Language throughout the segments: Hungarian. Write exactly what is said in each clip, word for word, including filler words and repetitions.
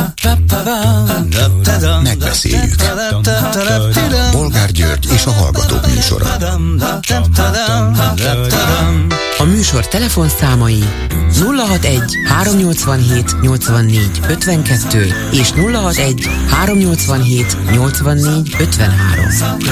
Megbeszéljük. Bolgár György és a Hallgatók műsora. A műsor telefonszámai nulla hatvanegy háromnyolcvanhét nyolcvannégy ötvenkettő és nulla hatvanegy háromnyolcvanhét nyolcvannégy ötvenhárom.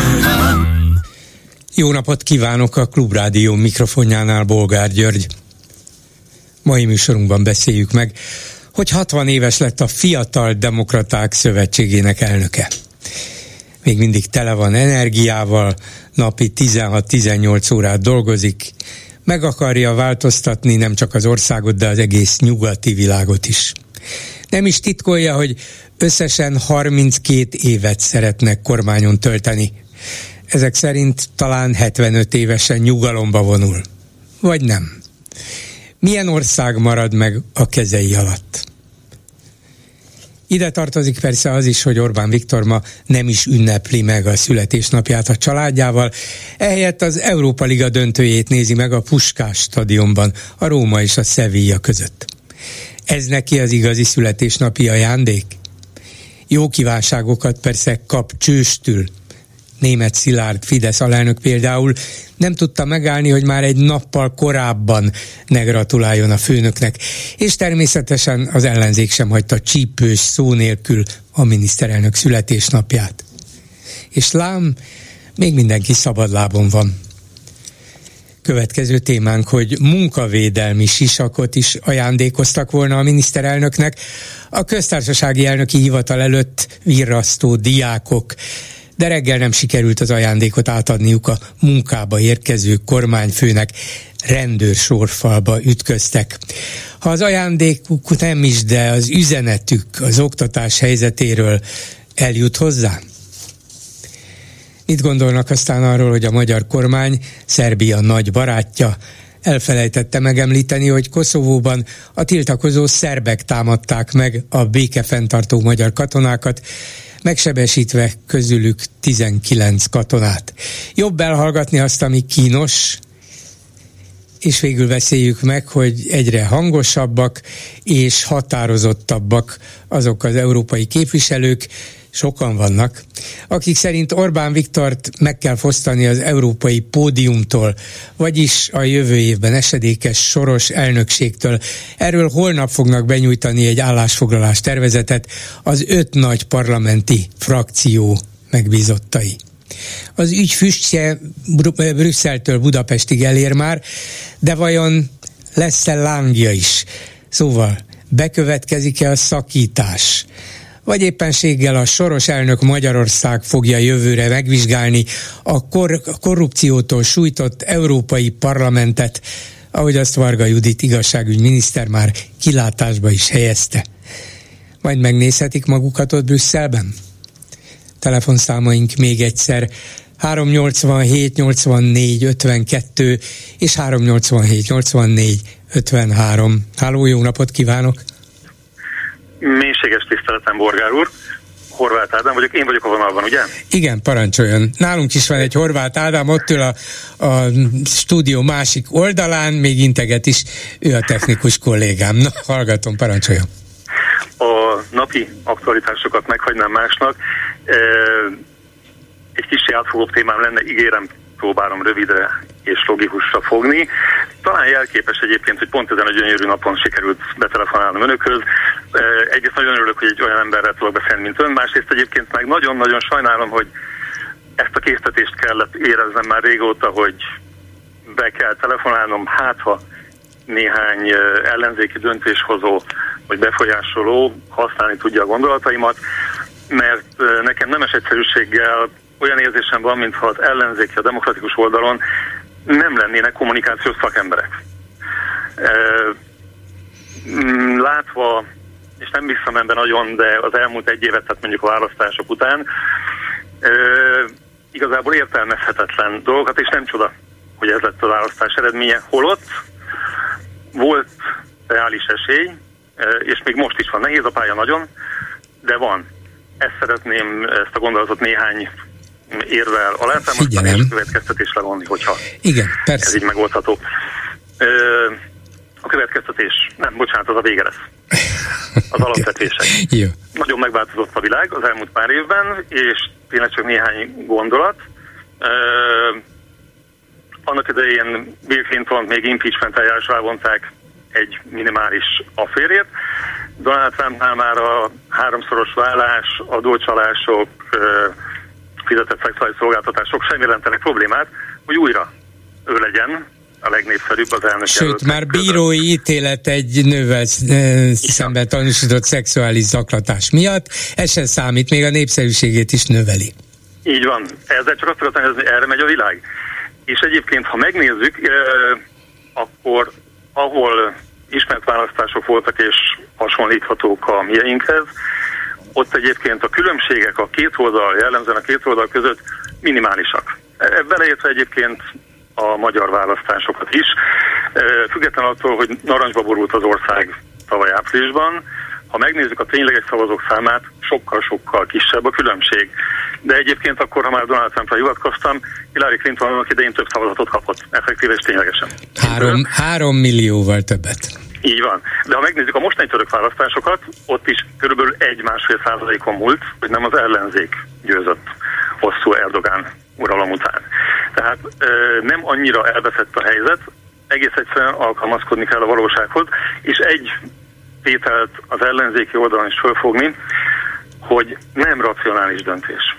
Jó napot kívánok, a Klubrádió mikrofonjánál Bolgár György. Mai műsorunkban beszéljük meg, hogy hatvan éves lett a Fiatal Demokraták Szövetségének elnöke. Még mindig tele van energiával, napi tizenhat-tizennyolc órát dolgozik, meg akarja változtatni nem csak az országot, de az egész nyugati világot is. Nem is titkolja, hogy összesen harminckét évet szeretnek kormányon tölteni. Ezek szerint talán hetvenöt évesen nyugalomba vonul. Vagy nem. Milyen ország marad meg a kezei alatt? Ide tartozik persze az is, hogy Orbán Viktor ma nem is ünnepli meg a születésnapját a családjával, ehelyett az Európa Liga döntőjét nézi meg a Puskás stadionban, a Róma és a Sevilla között. Ez neki az igazi születésnapi ajándék? Jó kívánságokat persze kap csőstül. Németh Szilárd Fidesz alelnök például nem tudta megállni, hogy már egy nappal korábban ne gratuláljon a főnöknek, és természetesen az ellenzék sem hagyta csípős szó nélkül a miniszterelnök születésnapját. És lám, még mindenki szabadlábon van. Következő témánk, hogy munkavédelmi sisakot is ajándékoztak volna a miniszterelnöknek a köztársasági elnöki hivatal előtt virrasztó diákok, de reggel nem sikerült az ajándékot átadniuk a munkába érkező kormányfőnek, rendőrsorfalba ütköztek. Ha az ajándékuk nem is, de az üzenetük az oktatás helyzetéről eljut hozzá? Mit gondolnak aztán arról, hogy a magyar kormány, Szerbia nagy barátja, elfelejtette megemlíteni, hogy Koszovóban a tiltakozó szerbek támadták meg a békefenntartó magyar katonákat, megsebesítve közülük tizenkilenc katonát. Jobb elhallgatni azt, ami kínos, és végül beszéljük meg, hogy egyre hangosabbak és határozottabbak azok az európai képviselők, sokan vannak, akik szerint Orbán Viktort meg kell fosztani az európai pódiumtól, vagyis a jövő évben esedékes soros elnökségtől. Erről holnap fognak benyújtani egy állásfoglalás tervezetet az öt nagy parlamenti frakció megbízottai. Az ügy füstje Brüsszeltől Budapestig elér már, de vajon lesz-e lángja is? Szóval bekövetkezik-e a szakítás? Vagy éppenséggel a soros elnök Magyarország fogja jövőre megvizsgálni a kor- korrupciótól sújtott európai parlamentet, ahogy azt Varga Judit igazságügyminiszter már kilátásba is helyezte. Majd megnézhetik magukat ott Brüsszelben? Telefonszámaink még egyszer háromnyolcvanhét nyolcvannégy ötvenkettő és háromnyolcvanhét nyolcvannégy ötvenhárom. Háló, jó napot kívánok! Mélységes tiszteletem, Bolgár úr. Horváth Ádám vagyok, én vagyok a vonalban, ugye? Igen, parancsoljon. Nálunk is van egy Horváth Ádám, ott ül a, a stúdió másik oldalán, még integet is, ő a technikus kollégám. Na, hallgatom, parancsoljon. A napi aktualitásokat meghagynám másnak. Egy kicsi átfogóbb témám lenne, ígérem, próbálom rövidre és logikusra fogni. Talán jelképes egyébként, hogy pont ezen a gyönyörű napon sikerült betelefonálnom önökhöz. Egyrészt nagyon örülök, hogy egy olyan emberrel tudok beszélni, mint ön, másrészt egyébként meg nagyon-nagyon sajnálom, hogy ezt a késztetést kellett éreznem már régóta, hogy be kell telefonálnom, hát ha néhány ellenzéki döntéshozó vagy befolyásoló használni tudja a gondolataimat, mert nekem nemes egyszerűséggel olyan érzésem van, mintha az ellenzéki, a demokratikus oldalon nem lennének kommunikációs szakemberek. Látva, és nem visszam ebben nagyon, de az elmúlt egy évet, tehát mondjuk a választások után, igazából értelmezhetetlen dolgokat, és nem csoda, hogy ez lett a választás eredménye. Holott volt reális esély, és még most is van. Nehéz a pálya nagyon, de van. Ezt szeretném, ezt a gondolatot néhány érvel alátámasztani, és következtetés levonni, hogyha igen, persze. Ez így megoldható. A következtetés, nem, bocsánat, az a vége lesz. az alapvetések. Jó. Nagyon megváltozott a világ az elmúlt pár évben, és tényleg csak néhány gondolat. Uh, annak idején Bill Clinton még impeachment eljárásra vonták egy minimális afférért. Donald Trumpnál már a háromszoros vállás, adócsalások, uh, fizetett szexuális szolgáltatások sem jelentenek problémát, hogy újra ő legyen a legnépszerűbb az elnök. Sőt, már bírói között. Ítélet egy nővel e, szemben tanúsított szexuális zaklatás miatt, ez sem számít, még a népszerűségét is növeli. Így van. Ezzel csak azt akartam, hogy erre megy a világ. És egyébként, ha megnézzük, e, akkor ahol ismert választások voltak és hasonlíthatók a mieinkhez, ott egyébként a különbségek a két oldal, jellemzően a két oldal között minimálisak. Beleértve egyébként a magyar választásokat is. Független attól, hogy narancsba borult az ország tavaly áprilisban, ha megnézzük a tényleges szavazók számát, sokkal-sokkal kisebb a különbség. De egyébként akkor, ha már Donald Trumpra hivatkoztam, Hillary Clinton annak idején több szavazatot kapott, effektíve és ténylegesen. Három, három millióval többet. Így van. De ha megnézzük a mostani török választásokat, ott is körülbelül egy-másfél százalékon múlt, hogy nem az ellenzék győzött hosszú Erdogán uralom után. Tehát nem annyira elveszett a helyzet, egész egyszerűen alkalmazkodni kell a valósághoz, és egy tételt az ellenzéki oldalon is fölfogni, hogy nem racionális döntés.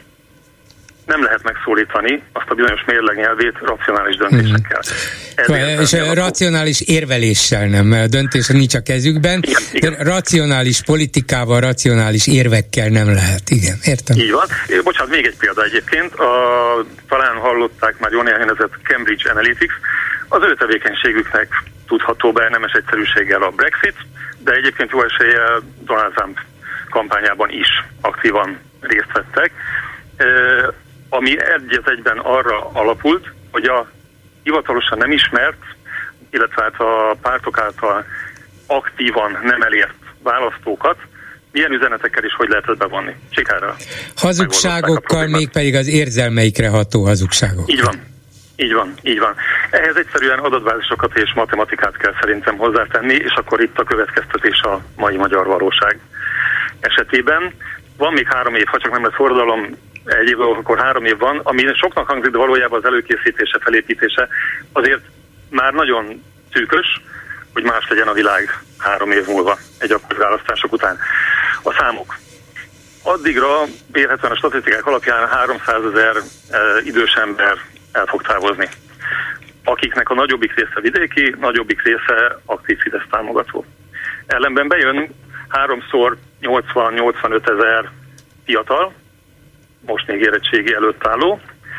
Nem lehet megszólítani azt a bizonyos mérleg nyelvét racionális döntésekkel. Hmm. És a racionális érveléssel nem, mert a döntés nincs a kezükben. Igen, igen. Racionális politikával, racionális érvekkel nem lehet. Igen, értem. Így van. Bocsánat, még egy példa egyébként. A, talán hallották már jó néhány nevezett Cambridge Analytics. Az ő tevékenységüknek tudható be nemes egyszerűséggel a Brexit, de egyébként jó eséllyel Donald Trump kampányában is aktívan részt vettek. Ami egyet egyben arra alapult, hogy a hivatalosan nem ismert, illetve hát a pártok által aktívan nem elért választókat milyen üzenetekkel is hogy lehetett bevonni. Sikerrel. Hazugságokkal, mégpedig az érzelmeikre ható hazugságok. Így van. Így van, így van. Ehhez egyszerűen adatbázisokat és matematikát kell szerintem hozzátenni, és akkor itt a következtetés a mai magyar valóság esetében. Van még három év, ha csak nem lesz forradalom, egy év, akkor három év van, ami soknak hangzik, de valójában az előkészítése, felépítése azért már nagyon szűkös, hogy más legyen a világ három év múlva, egy akkori választások után. A számok. Addigra vélhetően a statisztikák alapján háromszázezer e, idős ember el fog távozni, akiknek a nagyobbik része vidéki, nagyobbik része aktív Fidesz támogató. Ellenben bejön háromszor nyolcvan-nyolcvanöt ezer fiatal, most még érettségi előtt álló,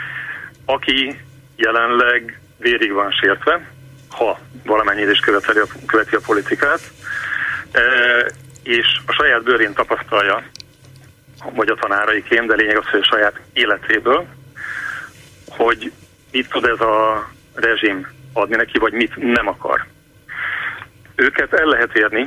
aki jelenleg vérig van sértve, ha valamennyire is követi a, követi a politikát, e, és a saját bőrén tapasztalja, vagy a tanáraiként, de lényeg az, hogy a saját életéből, hogy mit tud ez a rezsim adni neki, vagy mit nem akar. Őket el lehet érni,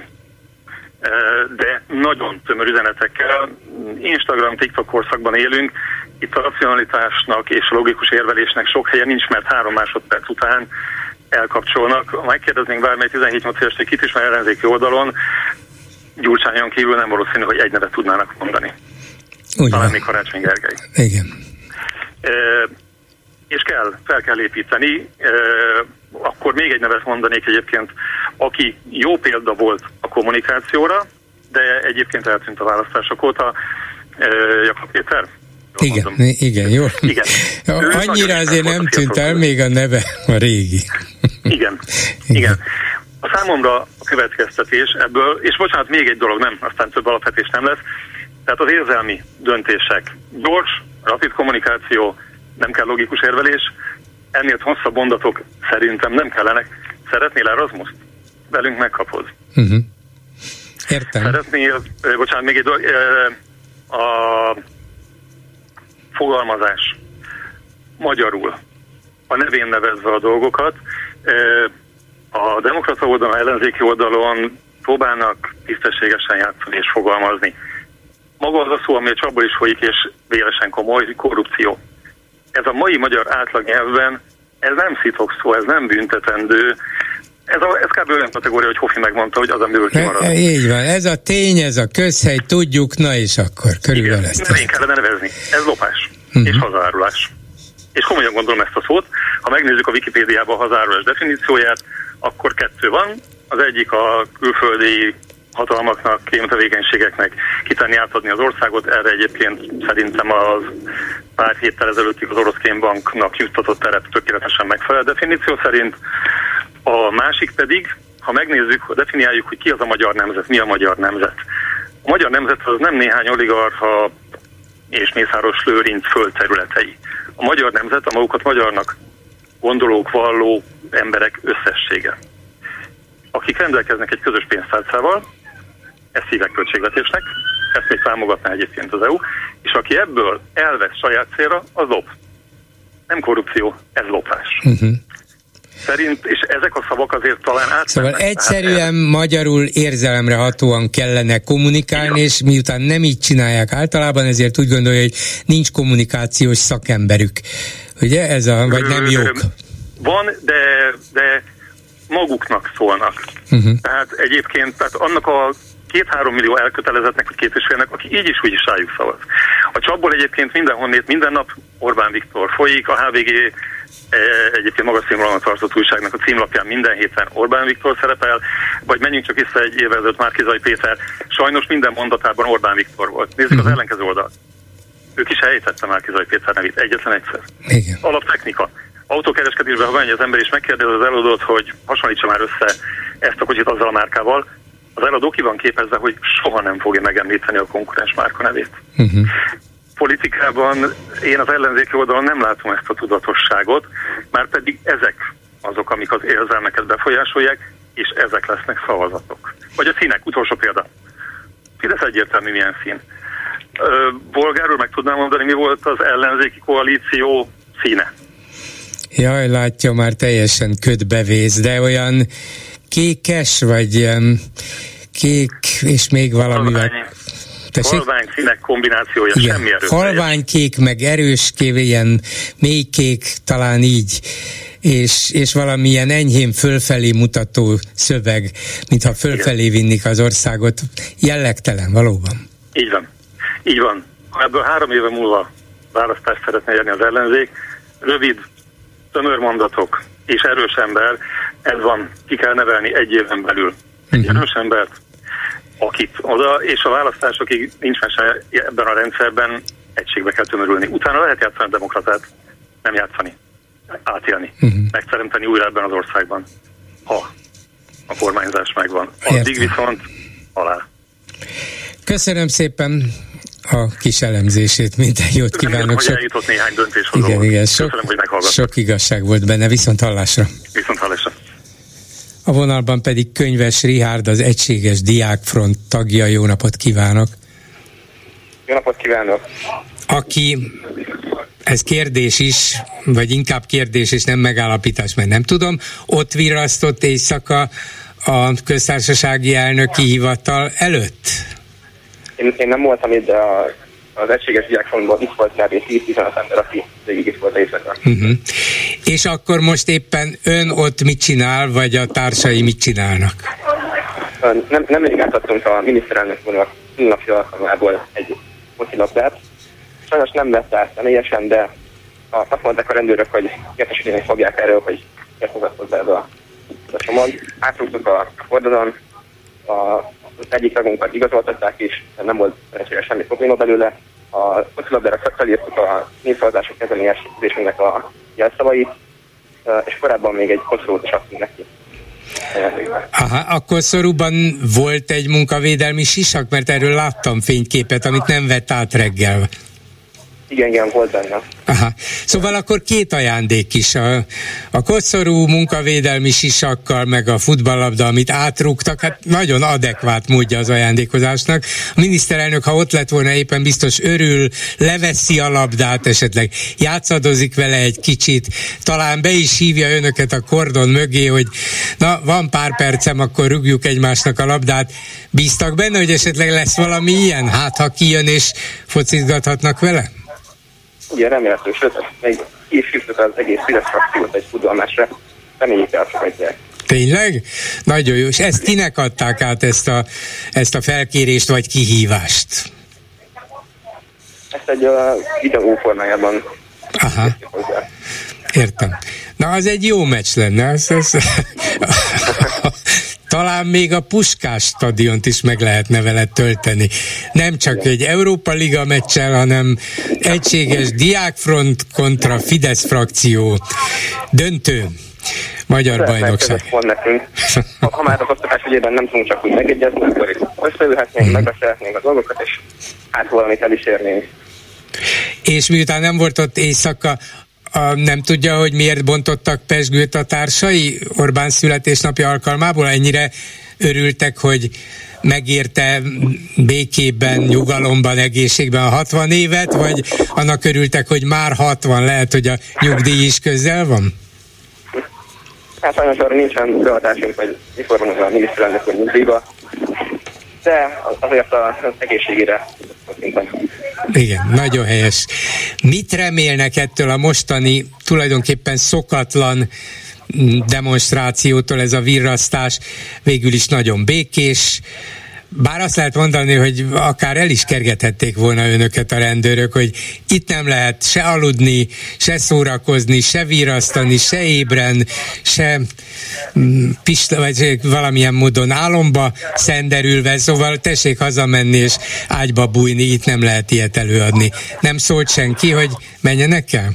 de nagyon tömör üzenetekkel. Instagram, TikTok korszakban élünk, itt a racionalitásnak és a logikus érvelésnek sok helye nincs, mert három másodperc után elkapcsolnak. Ha megkérdeznénk bármely tizenhét nyolc éves, kit ismer ellenzéki oldalon, Gyurcsányon kívül nem valószínű, hogy egy nevet tudnának mondani. Úgy talán van. még Karácsony Gergely. Igen. E, és kell, fel kell építeni. E, akkor még egy nevet mondanék egyébként, aki jó példa volt a kommunikációra, de egyébként eltűnt a választások óta, e, Jakab Péter. Igen, mondom. igen, jó. Igen. Annyira azért nem tűnt el, még a neve a régi. Igen, igen. A számomra a következtetés ebből, és bocsánat, még egy dolog, nem, aztán több alapvetés nem lesz, tehát az érzelmi döntések, gyors, rapid kommunikáció, nem kell logikus érvelés, ennél hosszabb mondatok szerintem nem kellenek. Szeretnél Erasmus? Velünk megkapod. Uh-huh. Értem. Szeretnél, bocsánat, még egy dolog, a fogalmazás magyarul, a nevén nevezve a dolgokat, a demokrata oldalon, a ellenzéki oldalon próbálnak tisztességesen játszani és fogalmazni. Maga az a szó, ami csapból is folyik, és véresen komoly, korrupció. Ez a mai magyar átlag nyelvben, ez nem szitokszó, ez nem büntetendő, Ez, a, ez kb. Olyan kategória, hogy Hofi megmondta, hogy az, amiből kimarad. E, így van, ez a tény, ez a közhely, tudjuk, na és akkor körülbelül igen, ezt. Igen, kellene nevezni. Ez lopás uh-huh. és hazárulás. És komolyan gondolom ezt a szót. Ha megnézzük a Wikipédiában a hazárulás definícióját, akkor kettő van. Az egyik a külföldi hatalmaknak, kémtevékenységeknek kitenni, átadni az országot. Erre egyébként szerintem az pár héttel ezelőttig az orosz kémbanknak juttatott terep tökéletesen megfelel definíció szerint. A másik pedig, ha megnézzük, definiáljuk, hogy ki az a magyar nemzet, mi a magyar nemzet. A magyar nemzet az nem néhány oligarcha és Mészáros Lőrinc földterületei. A magyar nemzet a magukat magyarnak gondolók, valló emberek összessége, akik rendelkeznek egy közös pénztárcával, ezt hívják költségvetésnek, ezt még támogatná egyébként az é u, és aki ebből elvesz saját célra, az lop. Nem korrupció, ez lopás. Uh-huh. Szerint, és ezek a szavak azért talán átmennek. Szóval egyszerűen magyarul érzelemre hatóan kellene kommunikálni, és miután nem így csinálják általában, ezért úgy gondolja, hogy nincs kommunikációs szakemberük. Ugye ez a, vagy nem jók? Van, de, de maguknak szólnak. Uh-huh. Tehát egyébként, tehát annak a két-három millió elkötelezettnek, vagy képviselőnek, aki így is úgy is rájuk szavaz. A csapból egyébként mindenhonnét, minden nap Orbán Viktor folyik, a há vé gé egyébként magas színvonalon tartott újságnak a címlapján minden héten Orbán Viktor szerepel, vagy menjünk csak vissza egy évvel ezelőtt Márki-Zay Péter, sajnos minden mondatában Orbán Viktor volt. Nézzük uh-huh. az ellenkező oldalt. Ők is elejtette Márki-Zay Péter nevét, egyetlen egyszer. Igen. Alaptechnika. Autókereskedésben, ha menj az ember és megkérdez az eladót, hogy hasonlítsa már össze ezt a kocsit azzal a márkával, az eladó ki van képezve, hogy soha nem fogja megemlíteni a konkurens márka nevét. Uh-huh. Politikában én az ellenzéki oldalon nem látom ezt a tudatosságot, már pedig ezek azok, amik az érzelmeket befolyásolják, és ezek lesznek szavazatok. Vagy a színek, utolsó példa. Fidesz egyértelmű milyen szín. Bolgár meg tudnám mondani, mi volt az ellenzéki koalíció színe? Jaj, látja, már teljesen ködbevész, de olyan kékes, vagy ilyen kék, és még valamivel... Halvány színek kombinációja, igen, semmi erős. Halványkék, meg erőskév, ilyen mélykék, talán így, és, és valamilyen enyhén fölfelé mutató szöveg, mintha fölfelé vinnik az országot. Jellegtelen, valóban. Így van. Így van. Ha ebből három éve múlva választást szeretne érni az ellenzék, rövid, tömör mondatok és erős ember, ez van, ki kell nevelni egy éven belül. Egy uh-huh. erős embert, akit oda, és a választásokig nincs mese ebben a rendszerben, egységbe kell tömörülni. Utána lehet játszani a demokratát, nem játszani, átélni, uh-huh. megteremteni újra ebben az országban, ha a kormányzás megvan. Addig viszont alá. Köszönöm szépen a kis elemzését, minden jót kívánok. Sok... eljutott néhány döntéshozó. Igen, igen, sok, Köszönöm, hogy sok igazság volt benne, viszont hallásra. Viszont hallásra. A vonalban pedig Könyves Richárd, az Egységes Diákfront tagja. Jó napot kívánok! Jó napot kívánok! Aki, ez kérdés is, vagy inkább kérdés és nem megállapítás, mert nem tudom, ott virrasztott éjszaka a köztársasági elnöki hivatal előtt? Én, én nem voltam itt, de a, az Egységes Diákfrontban itt volt kb. tíz-tizenöt ember, aki végig itt volt éjszaka. Uh-huh. És akkor most éppen ön ott mit csinál, vagy a társai mit csinálnak? Nem, nem mindig átadtunk a miniszterelnök úrnak napja alkalmából egy focilabdát. Sajnos nem vett át személyesen, de azt mondták a rendőrök, hogy értesíteni fogják erről, hogy érkezett hozzá ez a, a csomag. Átrúgtuk a fordulón, az egyik tagunkat igazoltatták is, nem volt szerencsére semmi probléma belőle. A focilabdára felírtuk a népszavazások kezdeményezésünknek a jelszavait, és korábban még egy koszorút is adtunk neki. Aha, akkor szorúban volt egy munkavédelmi sisak, mert erről láttam fényképet, amit nem vett át reggel. Igen, igen, volt benne. Aha. Szóval akkor két ajándék is, a, a koszorú munkavédelmi sisakkal, meg a futballlabda, amit átrúgtak, hát nagyon adekvát módja az ajándékozásnak. A miniszterelnök, ha ott lett volna, éppen biztos örül, leveszi a labdát, esetleg játszadozik vele egy kicsit, talán be is hívja önöket a kordon mögé, hogy na, van pár percem, akkor rúgjuk egymásnak a labdát. Bíztak benne, hogy esetleg lesz valami ilyen? Hát, ha kijön és focizgathatnak vele? Igen, remélhető, sőt, még ki is hívtuk az egész Fidesz frakciót egy futballmeccsre, reméljük elfogadják. Tényleg? Nagyon jó. És ezt kinek adták át, ezt a, ezt a felkérést vagy kihívást? Ezt egy uh, videó formájában. Aha. Értem. Na, az egy jó meccs lenne. Az, az, talán még a Puskás stadiont is meg lehetne vele tölteni. Nem csak egy Európa Liga meccsel, hanem egységes Diákfront kontra Fidesz frakció döntő magyar bajnokság. Ha, ha már az oktatás ügyében nem tudunk csak úgy megegyezni, akkor itt összeülhetnénk, megbeszélhetnénk a dolgokat, és hát valamit el is érnénk. És miután nem volt ott éjszaka, a, nem tudja, hogy miért bontottak pezsgőt a társai Orbán születésnapja alkalmából? Ennyire örültek, hogy megérte békében, nyugalomban, egészségben a hatvan évet, vagy annak örültek, hogy már hatvan, lehet, hogy a nyugdíj is közel van? Hát sajnos arra nincsen beadásunk, hogy mikor van az a miniszterelnök úr nyugdíjba, de azért az egészségére szinten. Igen, nagyon helyes. Mit remélnek ettől a mostani, tulajdonképpen szokatlan demonstrációtól? Ez a virrasztás végül is nagyon békés, bár azt lehet mondani, hogy akár el is kergethették volna önöket a rendőrök, hogy itt nem lehet se aludni, se szórakozni, se virrasztani, se ébren, se pista, vagy valamilyen módon álomba szenderülve, szóval tessék hazamenni és ágyba bújni, itt nem lehet ilyet előadni. Nem szólt senki, hogy menjenek el?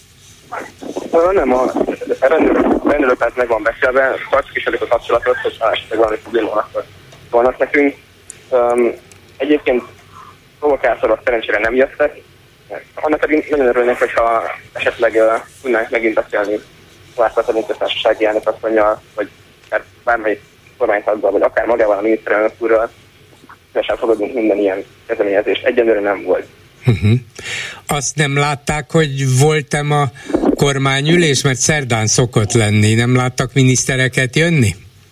Nem, a rendőröket meg van beszélve, tartsuk is elég a kapcsolatot, hogy esetleg valami probléma vannak nekünk. Um, egyébként provokátorok szerencsére nem jöttek. Annak pedig nagyon örülnék, hogyha esetleg uh, tudnánk megint beszélni László Munkatársasági elnökasszonnyal, vagy bármelyik kormánytaggal, vagy akár magával a miniszterelnök úrral, szívesen fogadunk minden ilyen kezdeményezést. Egyenlőre nem volt. Uh-huh. Azt nem látták, hogy voltam a kormányülés, mert szerdán szokott lenni. Nem láttak minisztereket jönni?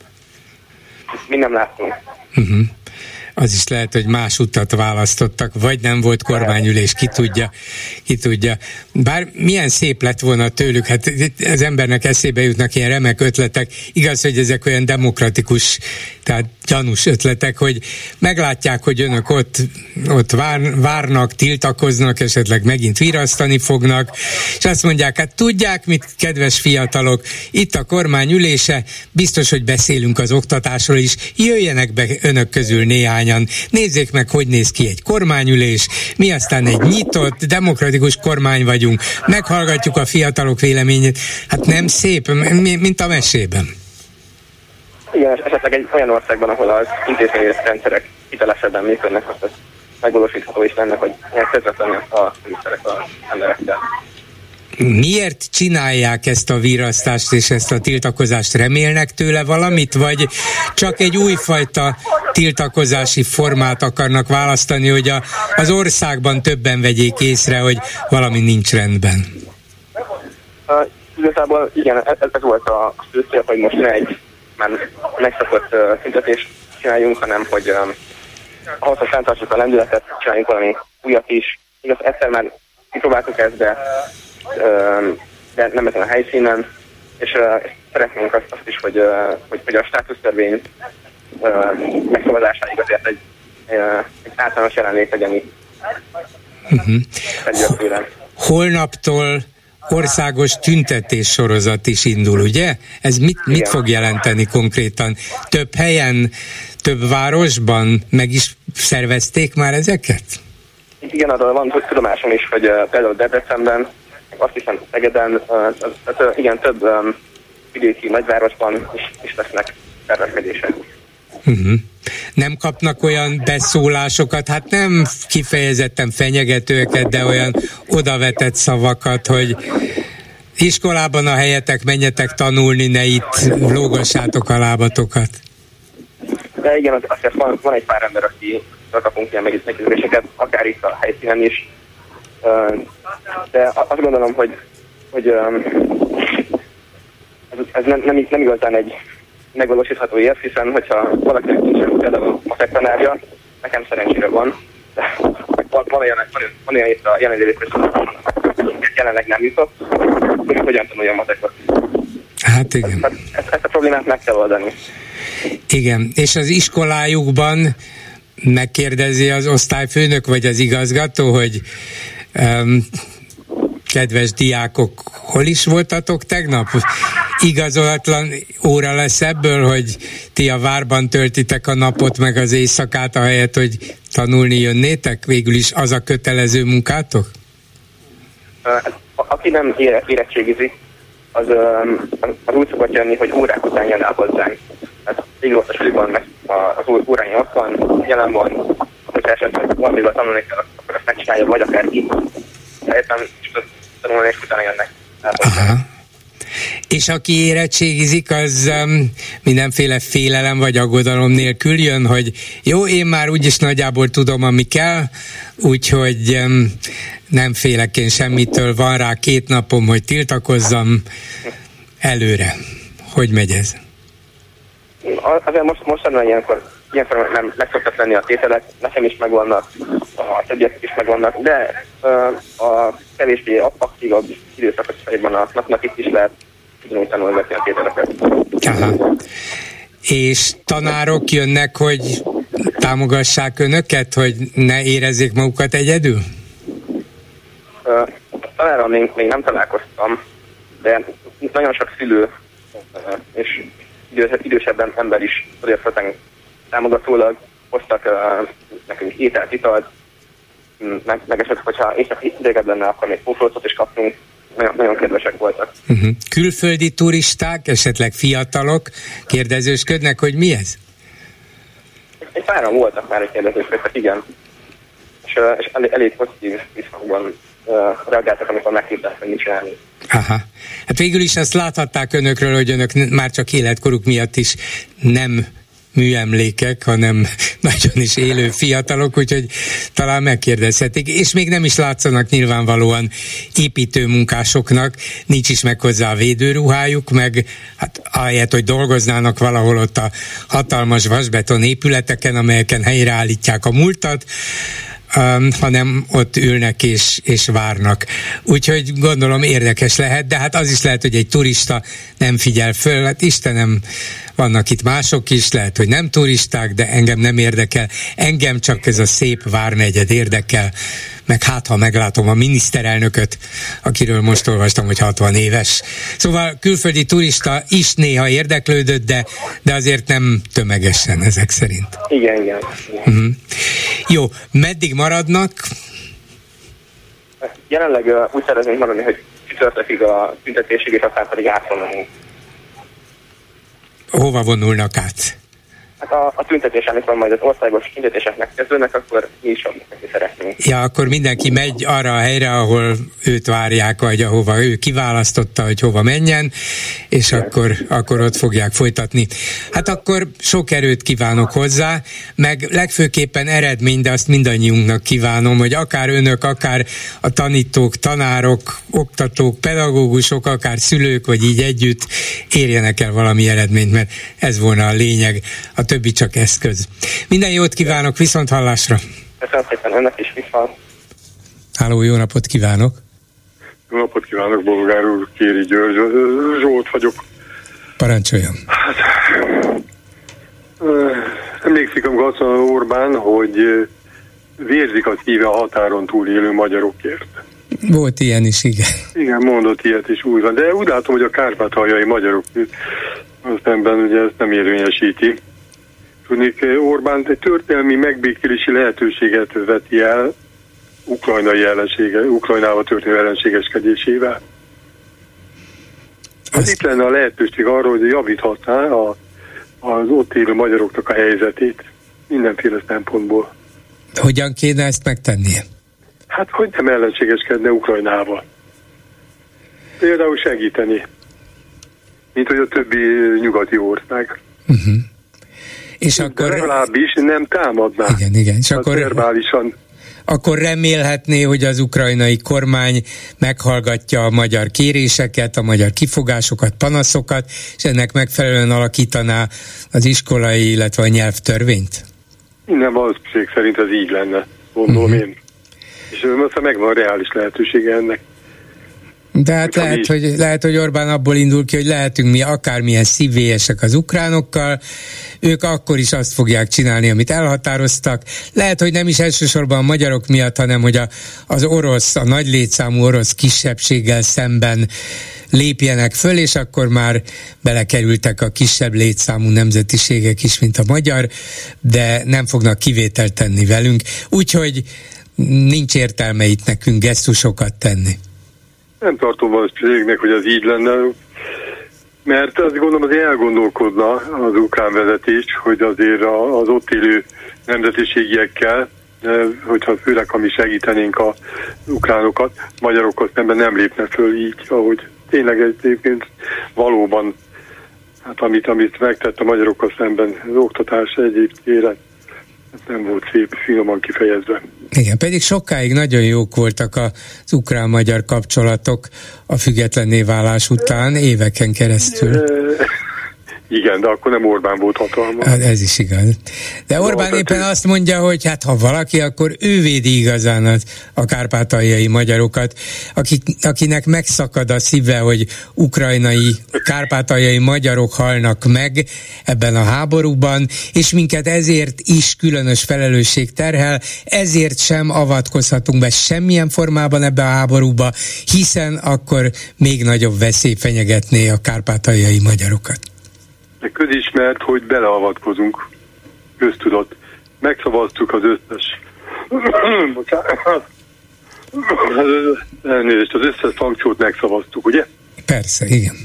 Mi nem láttunk. Uh-huh. Az is lehet, hogy más utat választottak, vagy nem volt kormányülés, ki tudja, ki tudja. Bár milyen szép lett volna tőlük, hát az embernek eszébe jutnak ilyen remek ötletek, igaz, hogy ezek olyan demokratikus, tehát gyanús ötletek, hogy meglátják, hogy önök ott, ott vár, várnak, tiltakoznak, esetleg megint virrasztani fognak, és azt mondják, hát tudják mit, kedves fiatalok, itt a kormányülése, biztos, hogy beszélünk az oktatásról is, jöjjenek be önök közül néhány. Nézzék meg, hogy néz ki egy kormányülés, mi aztán egy nyitott, demokratikus kormány vagyunk, meghallgatjuk a fiatalok véleményét. Hát nem szép, mint a mesében. Igen, esetleg egy olyan országban, ahol az intézményi rendszerek hitelesebben működnek, azt megvalósítható is lenne, hogy ilyen közvetlenül a miniszterek az emberekkel. Miért csinálják ezt a virrasztást és ezt a tiltakozást? Remélnek tőle valamit, vagy csak egy újfajta tiltakozási formát akarnak választani, hogy a, az országban többen vegyék észre, hogy valami nincs rendben? Uh, igazából igen, ez, ez volt a fő cél, hogy most ne egy már megszokott uh, tüntetést csináljunk, hanem hogy um, ahhoz, hogy fenntartsuk a lendületet, csináljunk valami újat is. Igaz, egyszer már kipróbáltuk ezt, de de nem ezen a helyszínen, és uh, szeretnénk azt, azt is, hogy, uh, hogy, hogy a státusztörvény uh, megszavazásáig azért egy, uh, egy általános jelenlét legyen itt. Uh-huh. Holnaptól országos tüntetés sorozat is indul, ugye? Ez mit, mit fog jelenteni konkrétan? Több helyen, több városban meg is szervezték már ezeket? Igen, arról van tudomásom is, hogy uh, például Debrecenben, azt hiszem Szegeden, uh, uh, uh, igen, több um, vidéki nagyvárosban is, is lesznek szervezkedések. Uh-huh. Nem kapnak olyan beszólásokat, hát nem kifejezetten fenyegetőeket, de olyan odavetett szavakat, hogy iskolában a helyetek, menjetek tanulni, ne itt lógassátok a lábatokat. De igen, azért van, van egy pár ember, aki kapunk ilyen megkérdéseket, akár itt a helyszínen is. De azt gondolom, hogy, hogy ez nem, nem, nem igazán egy megvalósítható érv, hiszen hogyha valakinek nincsen például a fektanárja, nekem szerencsére van, de van, van olyan, van olyan itt a jelenlévő között, jelenleg nem jutott, hogy hogyan tanulja a matekot. Hát igen. Tehát ezt, ezt a problémát meg kell oldani. Igen, és az iskolájukban megkérdezi az osztályfőnök vagy az igazgató, hogy um, kedves diákok, hol is voltatok tegnap? Igazolatlan óra lesz ebből, hogy ti a várban töltitek a napot meg az éjszakát, ahelyett, hogy tanulni jönnétek? Végül is az a kötelező munkátok? Aki nem érettségizik, az, az úgy szokott jönni, hogy órák után jön el hozzánk. Hát végül ott a suliban meg az órány ott van, jelen van, hogyha esetleg valamivel tanulni kell, akkor ezt megcsinálja, vagy akár így. Helyettem tanulni, és utána jönnek el hozzánk. Aha. És aki érettségizik, az um, mindenféle félelem vagy aggodalom nélkül jön, hogy jó, én már úgyis nagyjából tudom, ami kell, úgyhogy um, nem félek én semmitől, van rá két napom, hogy tiltakozzam előre. Hogy megy ez? Azért most, mostanában ilyenkor, ilyenkor nem meg szoktak lenni a tételek, nekem is megvannak, a többiek is megvannak, de uh, a kevésbé aktívabb időszakosaiban a napnak itt is lehet ugyanúgy tanulgatni a tételeket. Aha. És tanárok jönnek, hogy támogassák önöket, hogy ne érezzék magukat egyedül? Uh, tanárral még, még nem találkoztam, de nagyon sok szülő uh, és idősebb ember is azért hozzánk támogatólag hoztak uh, nekünk ételt, italt, meg, meg esetleg, hogyha éjszaka idegebb lenne, akkor még pófrócot is kaptunk, nagyon, nagyon kedvesek voltak. Uh-huh. Külföldi turisták, esetleg fiatalok kérdezősködnek, hogy mi ez? Egy páran voltak már, hogy kérdezősködtek, igen. És, uh, és elég, elég pozitív visszhangban uh, reagáltak, amikor meghívták, hogy mit csinálni. Aha. Hát végül is azt láthatták önökről, hogy önök már csak életkoruk miatt is nem műemlékek, hanem nagyon is élő fiatalok, úgyhogy talán megkérdezhetik, és még nem is látszanak nyilvánvalóan építőmunkásoknak, nincs is meg hozzá a védőruhájuk, meg hát ahelyett, hogy dolgoznának valahol ott a hatalmas vasbeton épületeken, amelyeken helyreállítják a múltat, Um, hanem ott ülnek és, és várnak. Úgyhogy gondolom érdekes lehet, de hát az is lehet, hogy egy turista nem figyel föl, hát Istenem, vannak itt mások is, lehet, hogy nem turisták, de engem nem érdekel. Engem csak ez a szép várnegyed érdekel, meg hát, ha meglátom a miniszterelnököt, akiről most olvastam, hogy hatvan éves. Szóval külföldi turista is néha érdeklődött, de, de azért nem tömegesen ezek szerint. Igen, igen. igen. Uh-huh. Jó, meddig maradnak? Jelenleg uh, úgy szeretnénk maradni, hogy csütörtökig a tüntetésig, és aztán pedig átvonulunk. Hova vonulnak át? Hát a, a tüntetés, amikor majd az országos tüntetések megkezdődnek, akkor mi is neki szeretnénk. Ja, akkor mindenki megy arra a helyre, ahol őt várják, vagy ahova ő kiválasztotta, hogy hova menjen, és akkor, akkor ott fogják folytatni. Hát akkor sok erőt kívánok hozzá, meg legfőképpen eredmény, de azt mindannyiunknak kívánom, hogy akár önök, akár a tanítók, tanárok, oktatók, pedagógusok, akár szülők, vagy így együtt érjenek el valami eredményt, mert ez volna a lényeg. A többi csak eszköz. Minden jót kívánok, viszont hallásra! Köszönöm szépen, önnek is viszont. Háló, jó napot kívánok! Jó napot kívánok, Bolgár úr, Kéri György, Zsolt vagyok. Parancsoljon! Hát, emlékszik, amikor azt mondta Orbán, hogy vérzik a szíve a határon túl élő magyarokért. Volt ilyen is, igen. Igen, mondott ilyet is, úgy van, de úgy látom, hogy a kárpátaljai magyarok aztánben ugye ezt nem érvényesíti. Tudnék, Orbán egy történelmi megbékélési lehetőséget veti el ukrajnai ellensége, Ukrajnával történő ellenségeskedésével. Az itt lenne a lehetőség arra, hogy javíthatná a, az ott élő magyaroknak a helyzetét mindenféle szempontból. Hogyan kéne ezt megtennie? Hát, hogy nem ellenségeskedne Ukrajnával. Például segíteni, mint hogy a többi nyugati ország. Uh-huh. És de akkor... legalábbis nem támadná. Igen, igen. És akkor... verbálisan. Akkor remélhetné, hogy az ukrajnai kormány meghallgatja a magyar kéréseket, a magyar kifogásokat, panaszokat, és ennek megfelelően alakítaná az iskolai, illetve a nyelvtörvényt? Minden valószínűség szerint ez így lenne, gondolom uh-huh. én. És aztán megvan a reális lehetősége ennek. De hát lehet, mi... hogy, lehet, hogy Orbán abból indul ki, hogy lehetünk mi akármilyen szívvélyesek az ukránokkal, ők akkor is azt fogják csinálni, amit elhatároztak. Lehet, hogy nem is elsősorban a magyarok miatt, hanem hogy a, az orosz, a nagy létszámú orosz kisebbséggel szemben lépjenek föl, és akkor már belekerültek a kisebb létszámú nemzetiségek is, mint a magyar, de nem fognak kivételt tenni velünk. Úgyhogy nincs értelme itt nekünk gesztusokat tenni. Nem tartom valószínűleg, hogy ez így lenne, mert azt gondolom, azért elgondolkodna az ukrán vezetés, hogy azért az ott élő nemzetiségiekkel, hogyha főleg, ha mi segítenénk az ukránokat, magyarokkal szemben nem lépne föl így, ahogy tényleg egyébként valóban, hát amit, amit megtett a magyarokkal szemben, az oktatás egyéb téren, nem volt szép, finoman kifejezve. Igen, pedig sokáig nagyon jók voltak az ukrán-magyar kapcsolatok a függetlenné válás után, éveken keresztül. Igen, de akkor nem Orbán volt hatalma. Hát ez is igaz. De Orbán no, éppen ő... azt mondja, hogy hát ha valaki, akkor ő védi igazán az, a kárpátaljai magyarokat, akik, akinek megszakad a szíve, hogy ukrajnai, kárpátaljai magyarok halnak meg ebben a háborúban, és minket ezért is különös felelősség terhel, ezért sem avatkozhatunk be semmilyen formában ebbe a háborúba, hiszen akkor még nagyobb veszély fenyegetné a kárpátaljai magyarokat. Közismert, hogy beleavatkozunk, köztudott. Megszavaztuk az összes elnézést, az összes szankciót megszavaztuk, ugye? Persze, igen.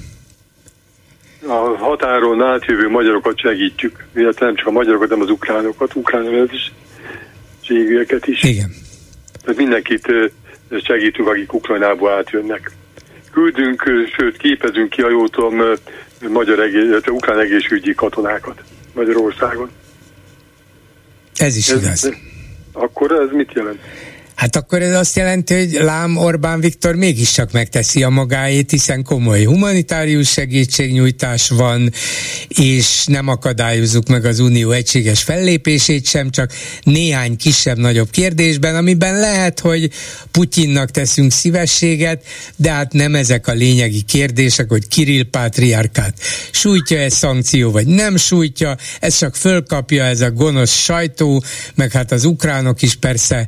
A határon átjövő magyarokat segítjük, illetve nem csak a magyarokat, hanem az ukránokat, ukrán nevezésségűeket is. Igen. Tehát mindenkit segítünk, akik Ukrajnából átjönnek. Küldünk, sőt képezünk ki, ha jól tudom, magyar egész, ukrán egészségügyi katonákat Magyarországon. Ez is ez, igaz. Akkor ez mit jelent? Hát akkor ez azt jelenti, hogy lám Orbán Viktor mégiscsak megteszi a magáét, hiszen komoly humanitárius segítségnyújtás van, és nem akadályozzuk meg az Unió egységes fellépését sem, csak néhány kisebb-nagyobb kérdésben, amiben lehet, hogy Putyinnak teszünk szívességet, de hát nem ezek a lényegi kérdések, hogy Kirill pátriárkát sújtja ez szankció, vagy nem sújtja, ez csak fölkapja ez a gonosz sajtó, meg hát az ukránok is persze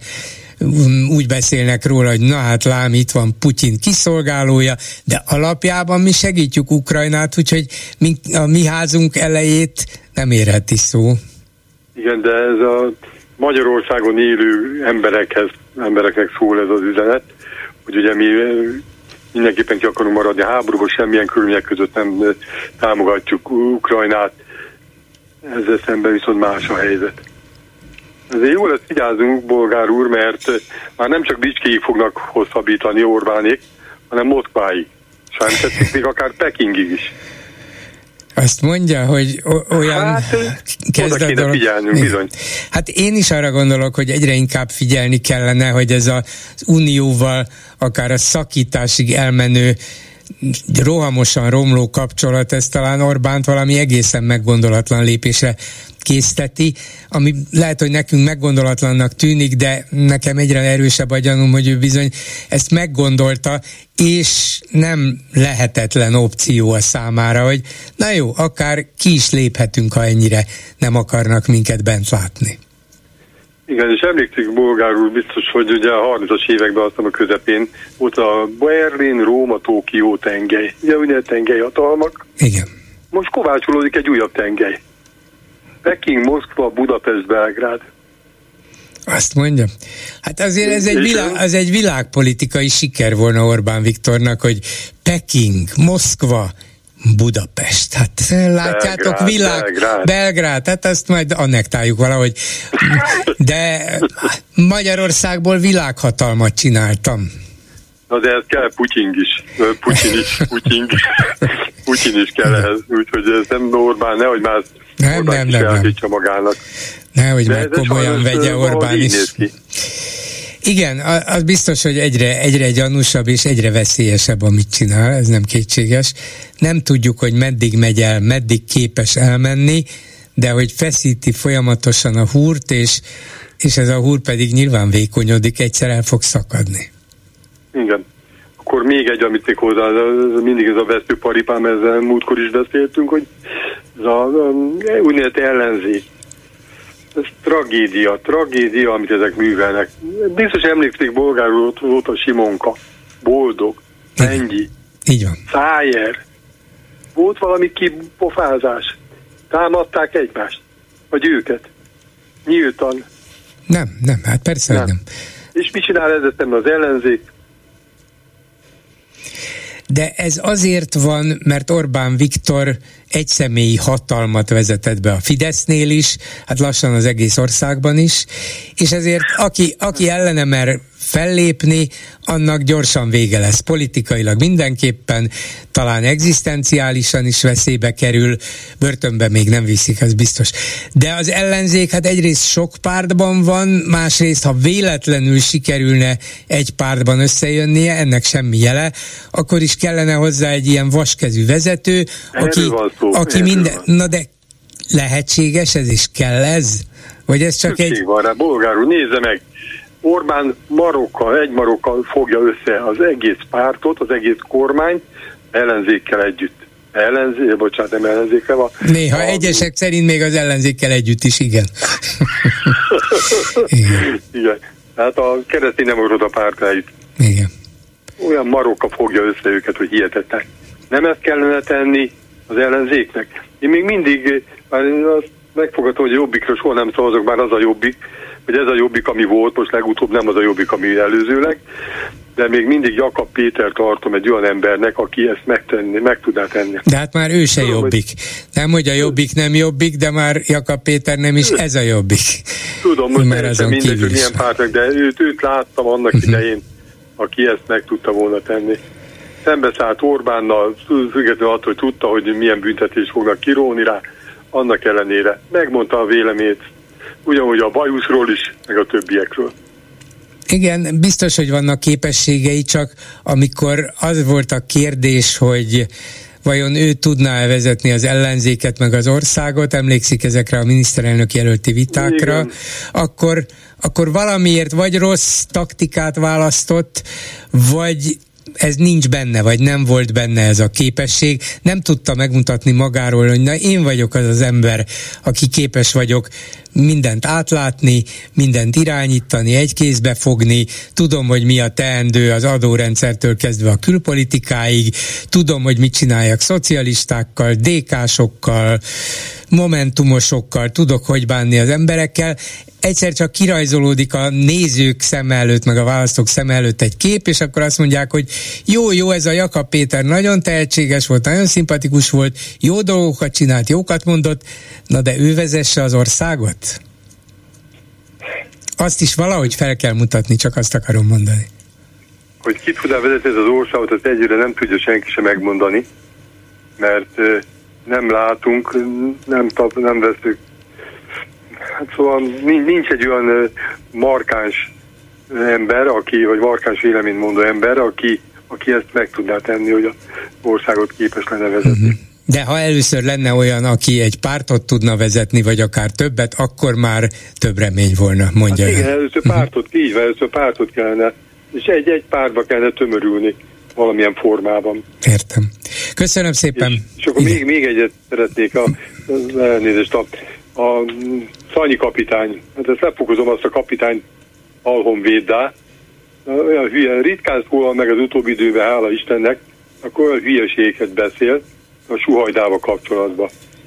úgy beszélnek róla, hogy na hát lám, itt van Putyin kiszolgálója, de alapjában mi segítjük Ukrajnát, úgyhogy mi, a mi házunk elejét nem érheti szó. Igen, de ez a Magyarországon élő emberekhez, embereknek szól ez az üzenet, hogy ugye mi mindenképpen ki akarunk maradni a háborúban, semmilyen körülmények között nem támogatjuk Ukrajnát, ezzel szemben viszont más a helyzet. Ezért jól ezt vigyázzunk, bolgár úr, mert már nem csak Bicskéig fognak hosszabbítani Orbánék, hanem Moszkváig. Sajnos tetszik még akár Pekingig is. Azt mondja, hogy olyan hát, kezd oda kéne figyelnünk, bizony. Hát én is arra gondolok, hogy egyre inkább figyelni kellene, hogy ez az unióval akár a szakításig elmenő rohamosan romló kapcsolat, ez talán Orbánt valami egészen meggondolatlan lépésre készteti, ami lehet, hogy nekünk meggondolatlannak tűnik, de nekem egyre erősebb a gyanúm, hogy ő bizony ezt meggondolta, és nem lehetetlen opció a számára, hogy na jó, akár ki is léphetünk, ha ennyire nem akarnak minket bent látni. Igen, és emlékszik, bolgár úr, biztos, hogy ugye a harmincas években, aztán a közepén volt a Berlin, Róma, Tokió tengely. Ugye ugye tengely hatalmak. Igen. Most kovácsolódik egy újabb tengely. Peking, Moszkva, Budapest, Belgrád. Azt mondja. Hát azért ez egy, világ, az egy világpolitikai siker volna Orbán Viktornak, hogy Peking, Moszkva, Budapest. Hát látjátok, Belgrád, világ, Belgrád. Belgrád, hát ezt majd annektáljuk valahogy. De Magyarországból világhatalmat csináltam. Na de ez kell Putyin is. Putyin is, Putyin, Putyin is kell ehhez. Úgyhogy ez nem Orbán, nehogy már nem, Orbán nem, nem, nem. magának. Nehogy már komolyan vegye Orbán is. Igen, az biztos, hogy egyre, egyre gyanúsabb és egyre veszélyesebb, amit csinál, ez nem kétséges. Nem tudjuk, hogy meddig megy el, meddig képes elmenni, de hogy feszíti folyamatosan a húrt, és, és ez a húr pedig nyilván vékonyodik, egyszer el fog szakadni. Igen. A akkor még egy, amit még hozzá, mindig ez a vesztőparipám, ezzel múltkor is beszéltünk, hogy ez a, a úgynevezett ellenzék. Ez tragédia, tragédia, amit ezek művelnek. Biztos emlékszik, bolgárul volt a Simonka, Boldog, Mennyi, így van. Szájer. Volt valami kipofázás. Támadták egymást. Vagy őket. Nyíltan. Nem, nem, hát persze, nem. nem. És mit csinál ez szemben az ellenzék? De ez azért van, mert Orbán Viktor egyszemélyi hatalmat vezetett be a Fidesznél is, hát lassan az egész országban is, és ezért aki, aki ellene mer fellépni, annak gyorsan vége lesz. Politikailag mindenképpen, talán egzisztenciálisan is veszélybe kerül, börtönbe még nem viszik, az biztos. De az ellenzék hát egyrészt sok pártban van, másrészt, ha véletlenül sikerülne egy pártban összejönnie, ennek semmi jele, akkor is kellene hozzá egy ilyen vaskezű vezető, aki, aki minden... Na de lehetséges ez, és kell ez? Vagy ez csak Szükség egy... van rá, bolgárul, nézze meg! Orbán marokkal, egy marokkal fogja össze az egész pártot, az egész kormányt, ellenzékkel együtt. Ellenzék, bocsánat, nem ellenzékkel van. Néha a... egyesek szerint még az ellenzékkel együtt is, igen. igen. igen. Hát a keresztény demokrata párt együtt. Igen. Olyan marokkal fogja össze őket, hogy hihetetlen. Nem ezt kellene tenni az ellenzéknek. Én még mindig, már én azt megfogadom, hogy a Jobbikra soha nem szavazok, bár az a Jobbik, hogy ez a Jobbik, ami volt, most legutóbb nem az a Jobbik, ami előzőleg, de még mindig Jakab Péter tartom egy olyan embernek, aki ezt megtenni, meg tudná tenni. De hát már ő se Tudom, Jobbik. Hogy... Nem, hogy a Jobbik nem Jobbik, de már Jakab Péter nem is ez a Jobbik. Tudom, most nem mindegy, hogy milyen pártnak, de őt, őt láttam annak uh-huh. idején, aki ezt meg tudta volna tenni. Szembeszállt Orbánnal, függetlenül attól, hogy tudta, hogy milyen büntetést fognak kiróni rá, annak ellenére megmondta a véleményét, ugyanúgy a Bajuszról is, meg a többiekről. Igen, biztos, hogy vannak képességei, csak amikor az volt a kérdés, hogy vajon ő tudná vezetni az ellenzéket, meg az országot, emlékszik ezekre a miniszterelnök jelölti vitákra, Igen. akkor, akkor valamiért vagy rossz taktikát választott, vagy ez nincs benne, vagy nem volt benne ez a képesség. Nem tudta megmutatni magáról, hogy na én vagyok az az ember, aki képes vagyok mindent átlátni, mindent irányítani, egy kézbe fogni, tudom, hogy mi a teendő az adórendszertől kezdve a külpolitikáig, tudom, hogy mit csináljak szocialistákkal, dé ká-sokkal, momentumosokkal, tudok, hogy bánni az emberekkel. Egyszer csak kirajzolódik a nézők szeme előtt, meg a választók szeme előtt egy kép, és akkor azt mondják, hogy jó, jó, ez a Jakab Péter nagyon tehetséges volt, nagyon szimpatikus volt, jó dolgokat csinált, jókat mondott, na de ő vezesse az országot? Azt is valahogy fel kell mutatni, csak azt akarom mondani. Hogy ki tudná vezetni ez az országot, azt egyre nem tudja senki sem megmondani, mert nem látunk, nem, tap, nem veszük. Hát szóval nincs egy olyan markáns ember, aki, vagy markáns véleményt mondó ember, aki, aki ezt meg tudná tenni, hogy az országot képes lenne vezetni. Uh-huh. De ha először lenne olyan, aki egy pártot tudna vezetni, vagy akár többet, akkor már több remény volna, mondja. Hát igen, először pártot, uh-huh. így van, először pártot kellene, és egy, egy pártba kellene tömörülni valamilyen formában. Értem. Köszönöm szépen. És, és akkor még, még egyet szeretnék a, elnézést, a, a Szanyi kapitány, hát ezt lefokozom azt a kapitány alhonvéddá, olyan hülye, ritkán szólal meg az utóbbi időben, hála Istennek, akkor olyan hülyeségeket beszél a Suhajdával kapcsolatban.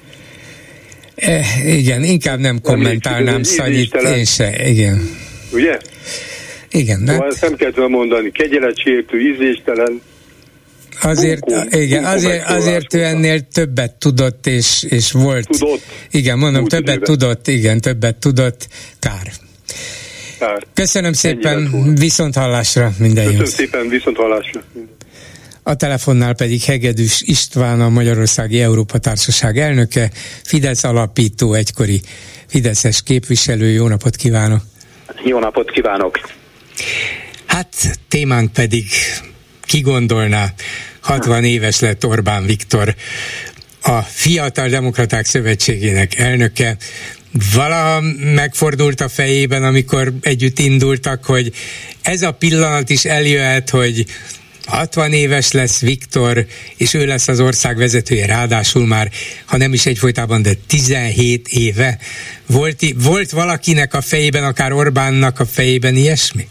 Eh, igen, inkább nem kommentálnám Szanyit, én se, igen. Ugye? Igen. Szóval hát... ezt nem kellett volna mondani, kegyeletsértő, ízléstelen. Azért, bunkó, igen, bunkó azért, azért ő ennél többet tudott, és, és volt. Tudott. Igen, mondom, Úgy többet időben. tudott, igen, többet tudott, kár. kár. Köszönöm szépen, viszont hallásra, minden jót. Köszönöm szépen, viszont hallásra. A telefonnál pedig Hegedűs István, a Magyarországi Európa Társaság elnöke, Fidesz alapító, egykori fideszes képviselő. Jó napot kívánok! Jó napot kívánok! Hát témánk pedig, ki gondolná, hatvan éves lett Orbán Viktor, a Fiatal Demokraták Szövetségének elnöke. Valaha megfordult a fejében, amikor együtt indultak, hogy ez a pillanat is eljöhet, hogy hatvan éves lesz Viktor, és ő lesz az ország vezetője, ráadásul már, ha nem is egyfolytában, de tizenhét éve. Volt, volt valakinek a fejében, akár Orbánnak a fejében ilyesmi?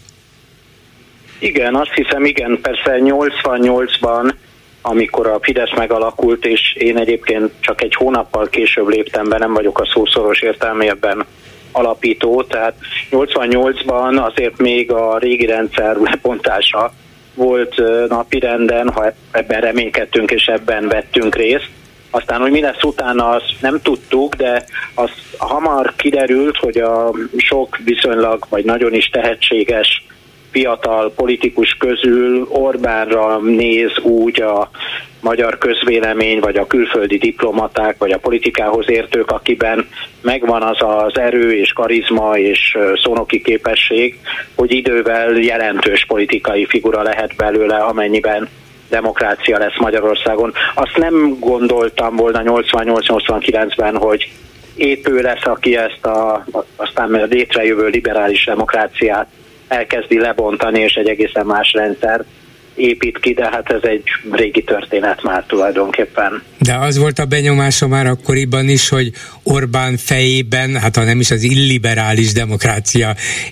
Igen, azt hiszem, igen, persze nyolcvannyolcban, amikor a Fidesz megalakult, és én egyébként csak egy hónappal később léptem be, nem vagyok a szószoros értelmében alapító, tehát nyolcvannyolcban azért még a régi rendszer lebontása volt napirenden, ha ebben reménykedtünk és ebben vettünk részt. Aztán, hogy mi lesz utána, azt nem tudtuk, de az hamar kiderült, hogy a sok viszonylag, vagy nagyon is tehetséges fiatal politikus közül Orbánra néz úgy a magyar közvélemény, vagy a külföldi diplomaták, vagy a politikához értők, akiben megvan az az erő és karizma és szónoki képesség, hogy idővel jelentős politikai figura lehet belőle, amennyiben demokrácia lesz Magyarországon. Azt nem gondoltam volna nyolcvannyolc-nyolcvankilencben, hogy épp ő lesz, aki ezt a aztán létrejövő liberális demokráciát elkezdi lebontani, és egy egészen más rendszer épít ki, de hát ez egy régi történet már tulajdonképpen. De az volt a benyomása már akkoriban is, hogy Orbán fejében, hát ha nem is az illiberális demokrácia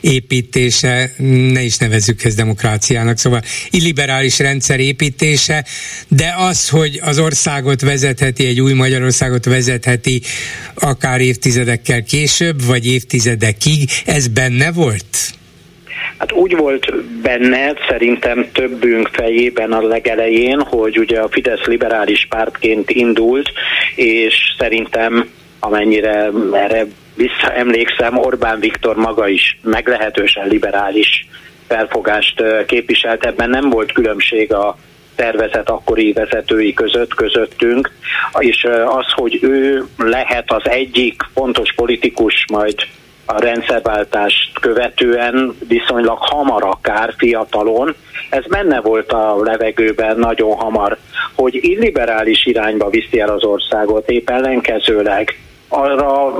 építése, ne is nevezzük ezt demokráciának, szóval illiberális rendszer építése, de az, hogy az országot vezetheti, egy új Magyarországot vezetheti akár évtizedekkel később, vagy évtizedekig, ez benne volt? Hát úgy volt benne, szerintem többünk fejében a legelején, hogy ugye a Fidesz liberális pártként indult, és szerintem amennyire erre visszaemlékszem, Orbán Viktor maga is meglehetősen liberális felfogást képviselt, ebben nem volt különbség a tervezet akkori vezetői között, közöttünk, és az, hogy ő lehet az egyik fontos politikus majd a rendszerváltást követően viszonylag hamar, akár fiatalon, ez benne volt a levegőben nagyon hamar, hogy illiberális irányba viszi el az országot, épp ellenkezőleg. Arra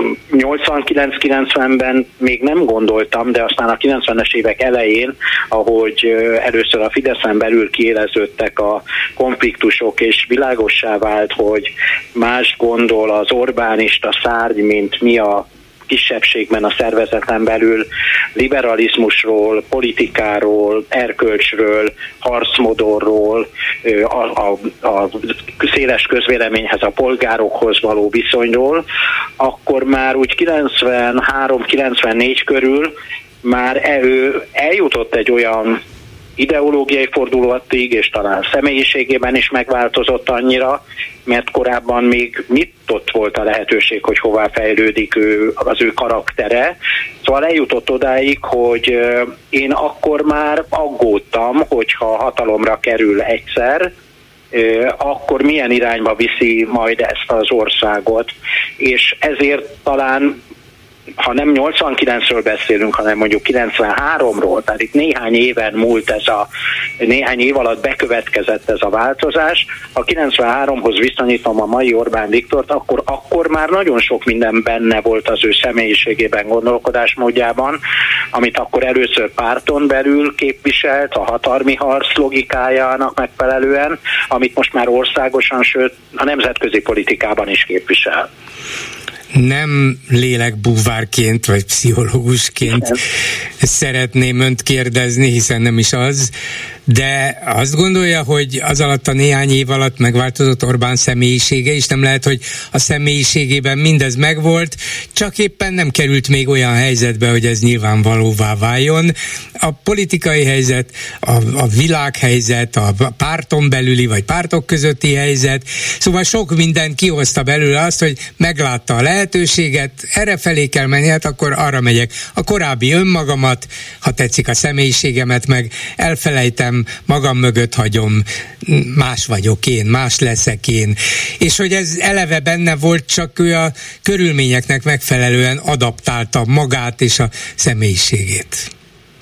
nyolcvankilenc-kilencvenben még nem gondoltam, de aztán a kilencvenes évek elején, ahogy először a Fideszen belül kiéleződtek a konfliktusok, és világossá vált, hogy más gondol az Orbánista szárny, mint mi a kisebbségben a szervezeten belül liberalizmusról, politikáról, erkölcsről, harcmodorról, a, a, a széles közvéleményhez, a polgárokhoz való viszonyról, akkor már úgy kilencvenhárom-kilencvennégy körül már ő eljutott egy olyan ideológiai fordulatig, és talán személyiségében is megváltozott annyira, mert korábban még nyitott volt a lehetőség, hogy hová fejlődik ő, az ő karaktere. Szóval eljutott odáig, hogy én akkor már aggódtam, hogyha hatalomra kerül egyszer, akkor milyen irányba viszi majd ezt az országot. És ezért talán, ha nem nyolcvankilencről beszélünk, hanem mondjuk kilencvenháromról, tehát itt néhány éven múlt ez a, néhány év alatt bekövetkezett ez a változás. Ha kilencvenháromhoz viszonyítom a mai Orbán Viktort, akkor, akkor már nagyon sok minden benne volt az ő személyiségében, gondolkodásmódjában, amit akkor először párton belül képviselt, a hatalmi harc logikájának megfelelően, amit most már országosan, sőt a nemzetközi politikában is képvisel. Nem lélekbúvárként vagy pszichológusként Igen. szeretném önt kérdezni, hiszen nem is az, de azt gondolja, hogy az alatt a néhány év alatt megváltozott Orbán személyisége, és nem lehet, hogy a személyiségében mindez megvolt, csak éppen nem került még olyan helyzetbe, hogy ez nyilvánvalóvá váljon. A politikai helyzet, a, a világhelyzet, a párton belüli vagy pártok közötti helyzet, szóval sok minden kihozta belőle azt, hogy meglátta a lehetőséget, erre felé kell menni, hát akkor arra megyek. A korábbi önmagamat, ha tetszik a személyiségemet, meg elfelejtem, magam mögött hagyom, más vagyok én, más leszek én. És hogy ez eleve benne volt, csak ő a körülményeknek megfelelően adaptálta magát és a személyiségét.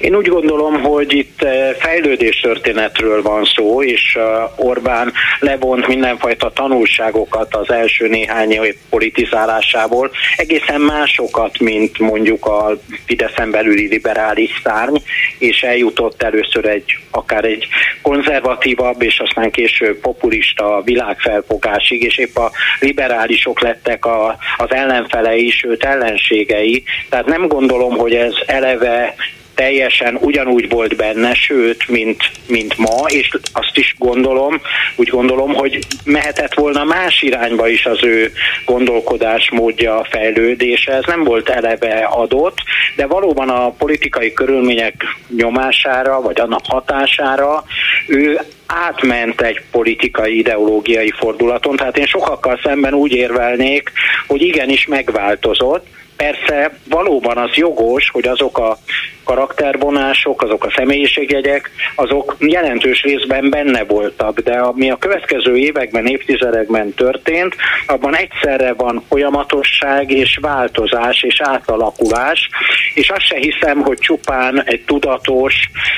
Én úgy gondolom, hogy itt fejlődés történetről van szó, és Orbán levont mindenfajta tanulságokat az első néhány év politizálásából, egészen másokat, mint mondjuk a Fideszen belüli liberális szárny, és eljutott először egy akár egy konzervatívabb, és aztán később populista világfelfogásig, és épp a liberálisok lettek a, az ellenfelei, sőt ellenségei. Tehát nem gondolom, hogy ez eleve teljesen ugyanúgy volt benne, sőt, mint, mint ma, és azt is gondolom, úgy gondolom, hogy mehetett volna más irányba is az ő gondolkodásmódja, fejlődése. Ez nem volt eleve adott, de valóban a politikai körülmények nyomására, vagy annak hatására ő átment egy politikai, ideológiai fordulaton. Tehát én sokakkal szemben úgy érvelnék, hogy igenis megváltozott. Persze valóban az jogos, hogy azok a karaktervonások, azok a személyiségjegyek, azok jelentős részben benne voltak, de ami a következő években, évtizedekben történt, abban egyszerre van folyamatosság és változás és átalakulás, és azt se hiszem, hogy csupán egy tudatos,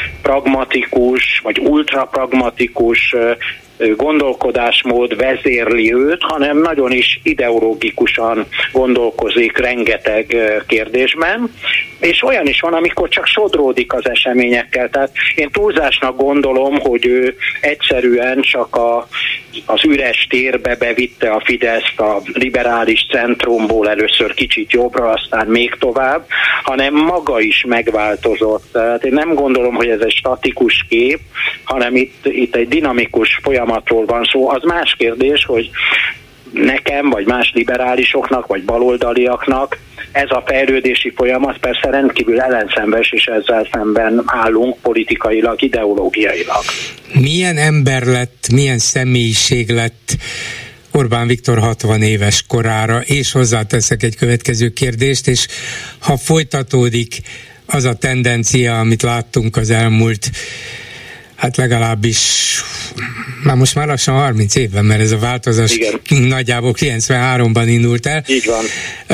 pragmatikus vagy ultrapragmatikus gondolkodásmód vezérli őt, hanem nagyon is ideológikusan gondolkozik rengeteg kérdésben, és olyan is van, amikor csak sodródik az eseményekkel. Tehát én túlzásnak gondolom, hogy ő egyszerűen csak a, az üres térbe bevitte a Fideszt a liberális centrumból először kicsit jobbra, aztán még tovább, hanem maga is megváltozott. Tehát én nem gondolom, hogy ez egy statikus kép, hanem itt, itt egy dinamikus folyamatról van szó. Az más kérdés, hogy nekem, vagy más liberálisoknak, vagy baloldaliaknak ez a fejlődési folyamat persze rendkívül ellenszenves, és ezzel szemben állunk politikailag, ideológiailag. Milyen ember lett, milyen személyiség lett Orbán Viktor hatvan éves korára, és hozzáteszek egy következő kérdést, és ha folytatódik az a tendencia, amit láttunk az elmúlt, hát legalábbis már most már lassan harminc évben, mert ez a változás igen. Nagyjából kilencvenháromban indult el. Így van.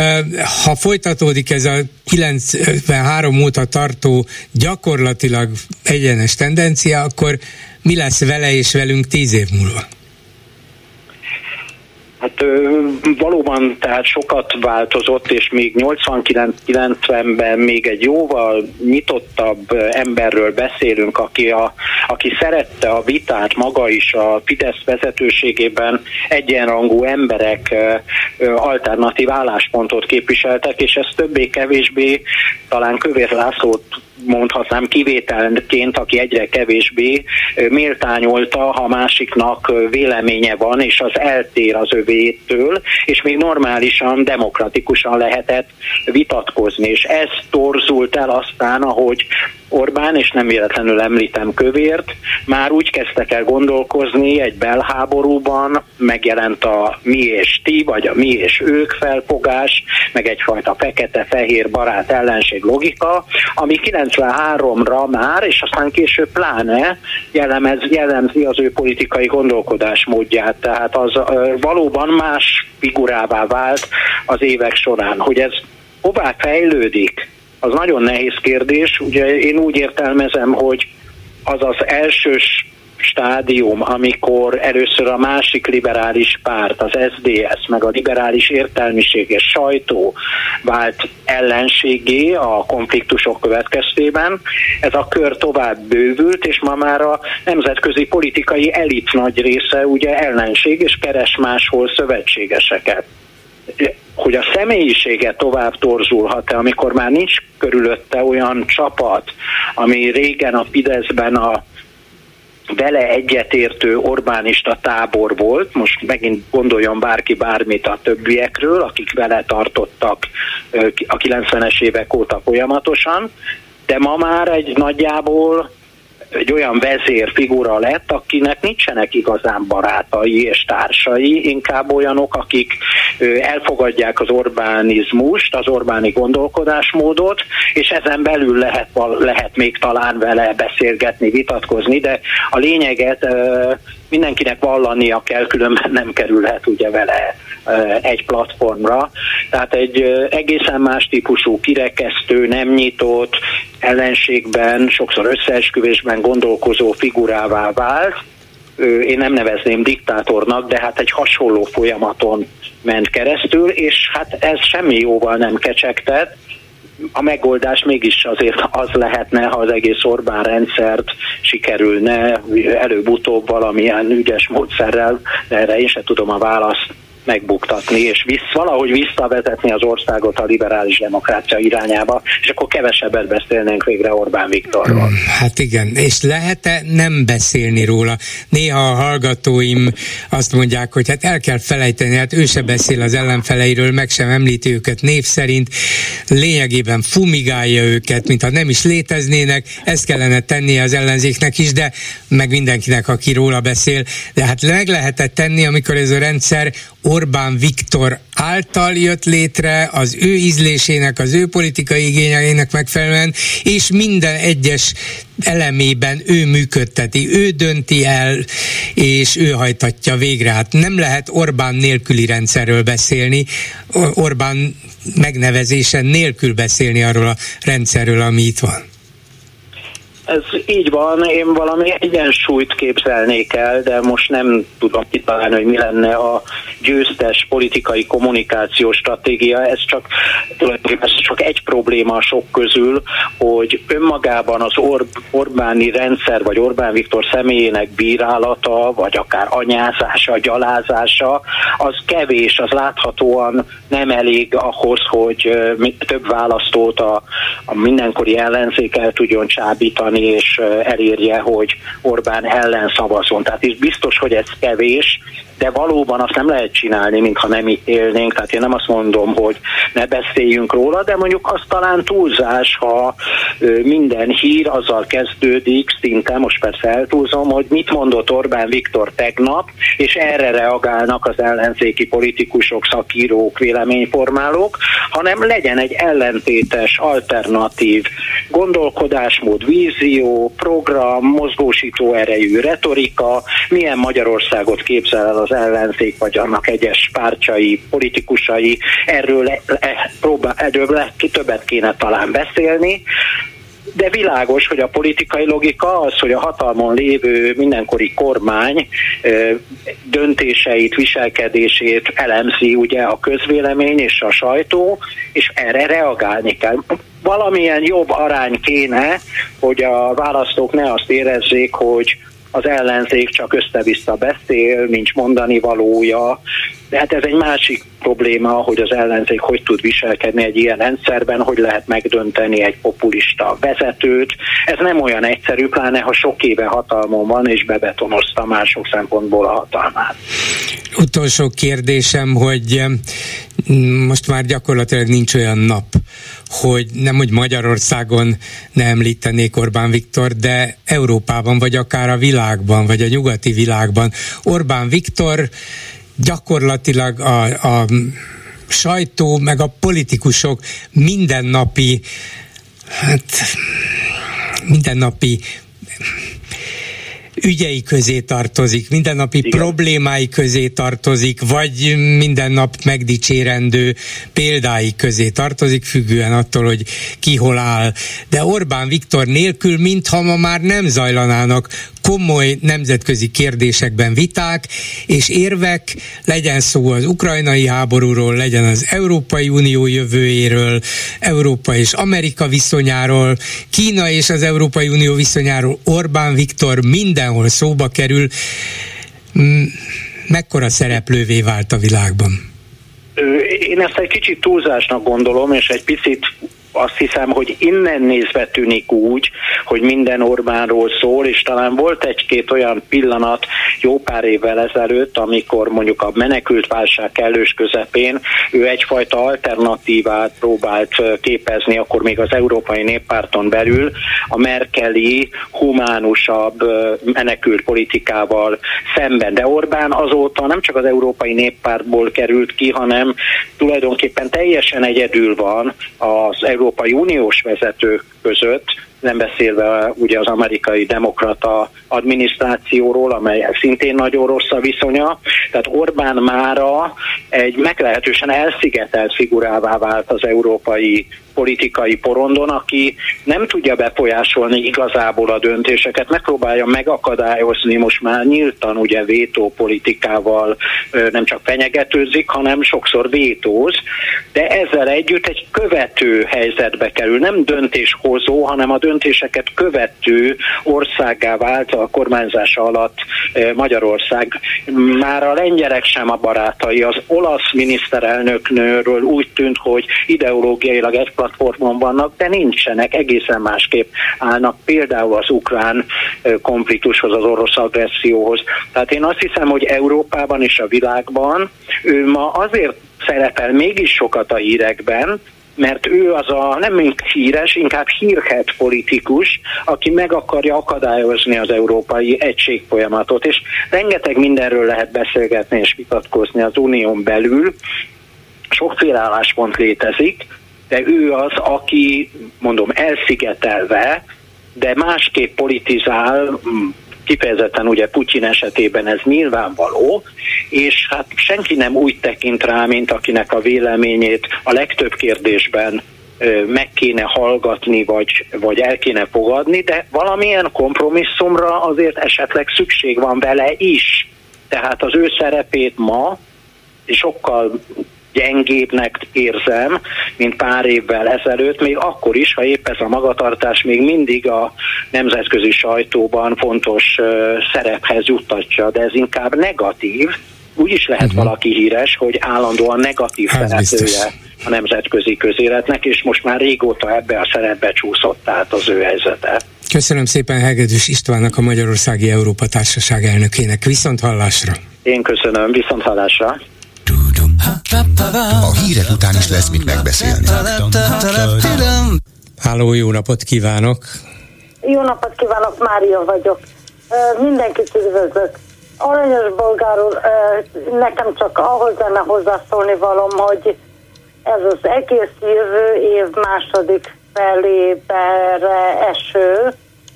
Ha folytatódik ez a kilencvenhárom óta tartó gyakorlatilag egyenes tendencia, akkor mi lesz vele és velünk tíz év múlva? Hát valóban tehát sokat változott, és még nyolcvankilenc-kilencvenben még egy jóval nyitottabb emberről beszélünk, aki, a, aki szerette a vitát, maga is a Fidesz vezetőségében egyenrangú emberek alternatív álláspontot képviseltek, és ez többé-kevésbé talán Kövér Lászlót mondhatnám kivételként, aki egyre kevésbé méltányolta, ha másiknak véleménye van, és az eltér az övétől, és még normálisan, demokratikusan lehetett vitatkozni. És ez torzult el aztán, ahogy Orbán, és nem véletlenül említem Kövért, már úgy kezdtek el gondolkozni egy belháborúban, megjelent a mi és ti, vagy a mi és ők felfogás, meg egyfajta fekete-fehér barát ellenség logika, ami kilencvenháromra már, és aztán később pláne jellemez, jellemzi az ő politikai gondolkodásmódját. Tehát az valóban más figurává vált az évek során. Hogy ez hová fejlődik, az nagyon nehéz kérdés. Ugye én úgy értelmezem, hogy az az elsős stádium, amikor először a másik liberális párt, az es zé dé es, meg a liberális értelmiség és sajtó vált ellenségé a konfliktusok következtében. Ez a kör tovább bővült, és ma már a nemzetközi politikai elit nagy része ugye ellenség, és keres máshol szövetségeseket. Hogy a személyisége tovább torzulhat-e, amikor már nincs körülötte olyan csapat, ami régen a Fideszben a vele egyetértő orbánista tábor volt, most megint gondoljon bárki bármit a többiekről, akik vele tartottak a kilencvenes évek óta folyamatosan, de ma már egy nagyjából egy olyan vezérfigura lett, akinek nincsenek igazán barátai és társai, inkább olyanok, akik elfogadják az orbánizmust, az orbáni gondolkodásmódot, és ezen belül lehet, lehet még talán vele beszélgetni, vitatkozni, de a lényeget mindenkinek vallania kell, különben nem kerülhet ugye vele egy platformra. Tehát egy egészen más típusú, kirekesztő, nem nyitott, ellenségben, sokszor összeesküvésben gondolkozó figurává vált. Én nem nevezném diktátornak, de hát egy hasonló folyamaton ment keresztül, és hát ez semmi jóval nem kecsegtet. A megoldás mégis azért az lehetne, ha az egész Orbán rendszert sikerülne előbb-utóbb valamilyen ügyes módszerrel, de erre én sem tudom a választ megbuktatni, és visz, valahogy visszavezetni az országot a liberális demokrácia irányába, és akkor kevesebbet beszélnénk végre Orbán Viktorról. Hát igen, és lehet-e nem beszélni róla? Néha a hallgatóim azt mondják, hogy hát el kell felejteni, hát ő se beszél az ellenfeleiről, meg sem említi őket név szerint, lényegében fumigálja őket, mintha nem is léteznének, ezt kellene tennie az ellenzéknek is, de meg mindenkinek, aki róla beszél, de hát meg lehetett tenni, amikor ez a rendszer Orbán Viktor által jött létre, az ő ízlésének, az ő politikai igényeinek megfelelően, és minden egyes elemében ő működteti, ő dönti el, és ő hajtatja végre. Hát nem lehet Orbán nélküli rendszerről beszélni, Orbán megnevezése nélkül beszélni arról a rendszerről, ami itt van. Ez így van, én valami egyensúlyt képzelnék el, de most nem tudom kitalálni, hogy mi lenne a győztes politikai kommunikációs stratégia. Ez csak, ez csak egy probléma a sok közül, hogy önmagában az Or- Orbáni rendszer, vagy Orbán Viktor személyének bírálata, vagy akár anyázása, gyalázása, az kevés, az láthatóan nem elég ahhoz, hogy több választót a, a mindenkori ellenzék el tudjon csábítani, és elérje, hogy Orbán ellen szavazzon. Tehát is biztos, hogy ez kevés, de valóban azt nem lehet csinálni, mintha nem itt élnénk. Tehát én nem azt mondom, hogy ne beszéljünk róla, de mondjuk az talán túlzás, ha minden hír azzal kezdődik, szinte, most persze eltúlzom, hogy mit mondott Orbán Viktor tegnap, és erre reagálnak az ellenzéki politikusok, szakírók, véleményformálók, hanem legyen egy ellentétes, alternatív gondolkodásmód, vízió, program, mozgósító erejű retorika, milyen Magyarországot képzel el az ellenzék, vagy annak egyes pártjai, politikusai, erről, le, le, próbál, erről le, többet kéne talán beszélni, de világos, hogy a politikai logika az, hogy a hatalmon lévő mindenkori kormány döntéseit, viselkedését elemzi ugye a közvélemény és a sajtó, és erre reagálni kell. Valamilyen jobb arány kéne, hogy a választók ne azt érezzék, hogy az ellenzék csak össze-vissza beszél, nincs mondani valója, de hát ez egy másik probléma, hogy az ellenzék hogy tud viselkedni egy ilyen rendszerben, hogy lehet megdönteni egy populista vezetőt. Ez nem olyan egyszerű, pláne ha sok éve hatalmon van, és bebetonozta mások szempontból a hatalmát. Utolsó kérdésem, hogy most már gyakorlatilag nincs olyan nap, hogy nem, hogy Magyarországon ne említenék Orbán Viktor, de Európában, vagy akár a világban, vagy a nyugati világban. Orbán Viktor gyakorlatilag a, a sajtó, meg a politikusok mindennapi, hát mindennapi ügyei közé tartozik, mindennapi Igen. problémái közé tartozik, vagy minden nap megdicsérendő példái közé tartozik, függően attól, hogy ki hol áll. De Orbán Viktor nélkül, mintha ma már nem zajlanának komoly nemzetközi kérdésekben viták és érvek, legyen szó az ukrajnai háborúról, legyen az Európai Unió jövőjéről, Európa és Amerika viszonyáról, Kína és az Európai Unió viszonyáról. Orbán Viktor mindenhol szóba kerül. Mekkora szereplővé vált a világban? Én ezt egy kicsit túlzásnak gondolom, és egy picit azt hiszem, hogy innen nézve tűnik úgy, hogy minden Orbánról szól, és talán volt egy-két olyan pillanat jó pár évvel ezelőtt, amikor mondjuk a menekültválság kellős közepén ő egyfajta alternatívát próbált képezni, akkor még az Európai Néppárton belül a merkeli, humánusabb menekült politikával szemben. De Orbán azóta nem csak az Európai Néppártból került ki, hanem tulajdonképpen teljesen egyedül van az Európai Uniós vezetők között, nem beszélve ugye az amerikai demokrata adminisztrációról, amelyek szintén nagyon rossz a viszonya. Tehát Orbán mára egy meglehetősen elszigetelt figurává vált az európai politikai porondon, aki nem tudja befolyásolni igazából a döntéseket, megpróbálja megakadályozni, most már nyíltan ugye vétópolitikával nem csak fenyegetőzik, hanem sokszor vétóz, de ezzel együtt egy követő helyzetbe kerül, nem döntéshozó, hanem a döntéseket követő országgá vált a kormányzása alatt Magyarország. Már a lengyelek sem a barátai, az olasz miniszterelnöknőről úgy tűnt, hogy ideológiailag egy platformon vannak, de nincsenek, egészen másképp állnak például az ukrán konfliktushoz, az orosz agresszióhoz. Tehát én azt hiszem, hogy Európában és a világban ő ma azért szerepel mégis sokat a hírekben, mert ő az a nem híres, inkább hírhedt politikus, aki meg akarja akadályozni az európai egységfolyamatot, és rengeteg mindenről lehet beszélgetni és vitatkozni az unión belül, sokféle álláspont létezik, de ő az, aki, mondom, elszigetelve, de másképp politizál, kifejezetten ugye Putyin esetében ez nyilvánvaló, és hát senki nem úgy tekint rá, mint akinek a véleményét a legtöbb kérdésben meg kéne hallgatni, vagy, vagy el kéne fogadni, de valamilyen kompromisszumra azért esetleg szükség van vele is. Tehát az ő szerepét ma sokkal gyengébbnek érzem, mint pár évvel ezelőtt, még akkor is, ha épp ez a magatartás még mindig a nemzetközi sajtóban fontos uh, szerephez juttatja, de ez inkább negatív. Úgy is lehet uh-huh. valaki híres, hogy állandóan negatív hát szereplője a nemzetközi közéletnek, és most már régóta ebbe a szerepbe csúszott át az ő helyzete. Köszönöm szépen Hegedűs Istvánnak, a Magyarországi Európa Társaság elnökének. Viszont hallásra! Én köszönöm, viszont hallásra! A hírek után is lesz mit megbeszélni. Háló, jó napot kívánok! Jó napot kívánok, Mária vagyok. Mindenkit üdvözlök. Aranyos bolgár úr, nekem csak ahhoz lenne hozzászólni valóm, hogy ez az egész jövő év második felébe eső,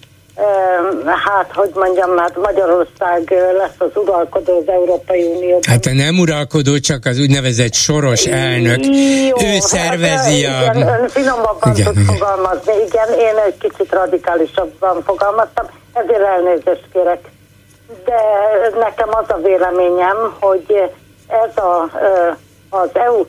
hát, hogy mondjam, hát Magyarország lesz az uralkodó az Európai Unióban. Hát nem uralkodó, csak az úgynevezett soros elnök. Jó, ő szervezi a... Igen, ön finomabban tud fogalmazni. Igen, én egy kicsit radikálisabban fogalmaztam, ezért elnézést kérek. De nekem az a véleményem, hogy ez a, az é u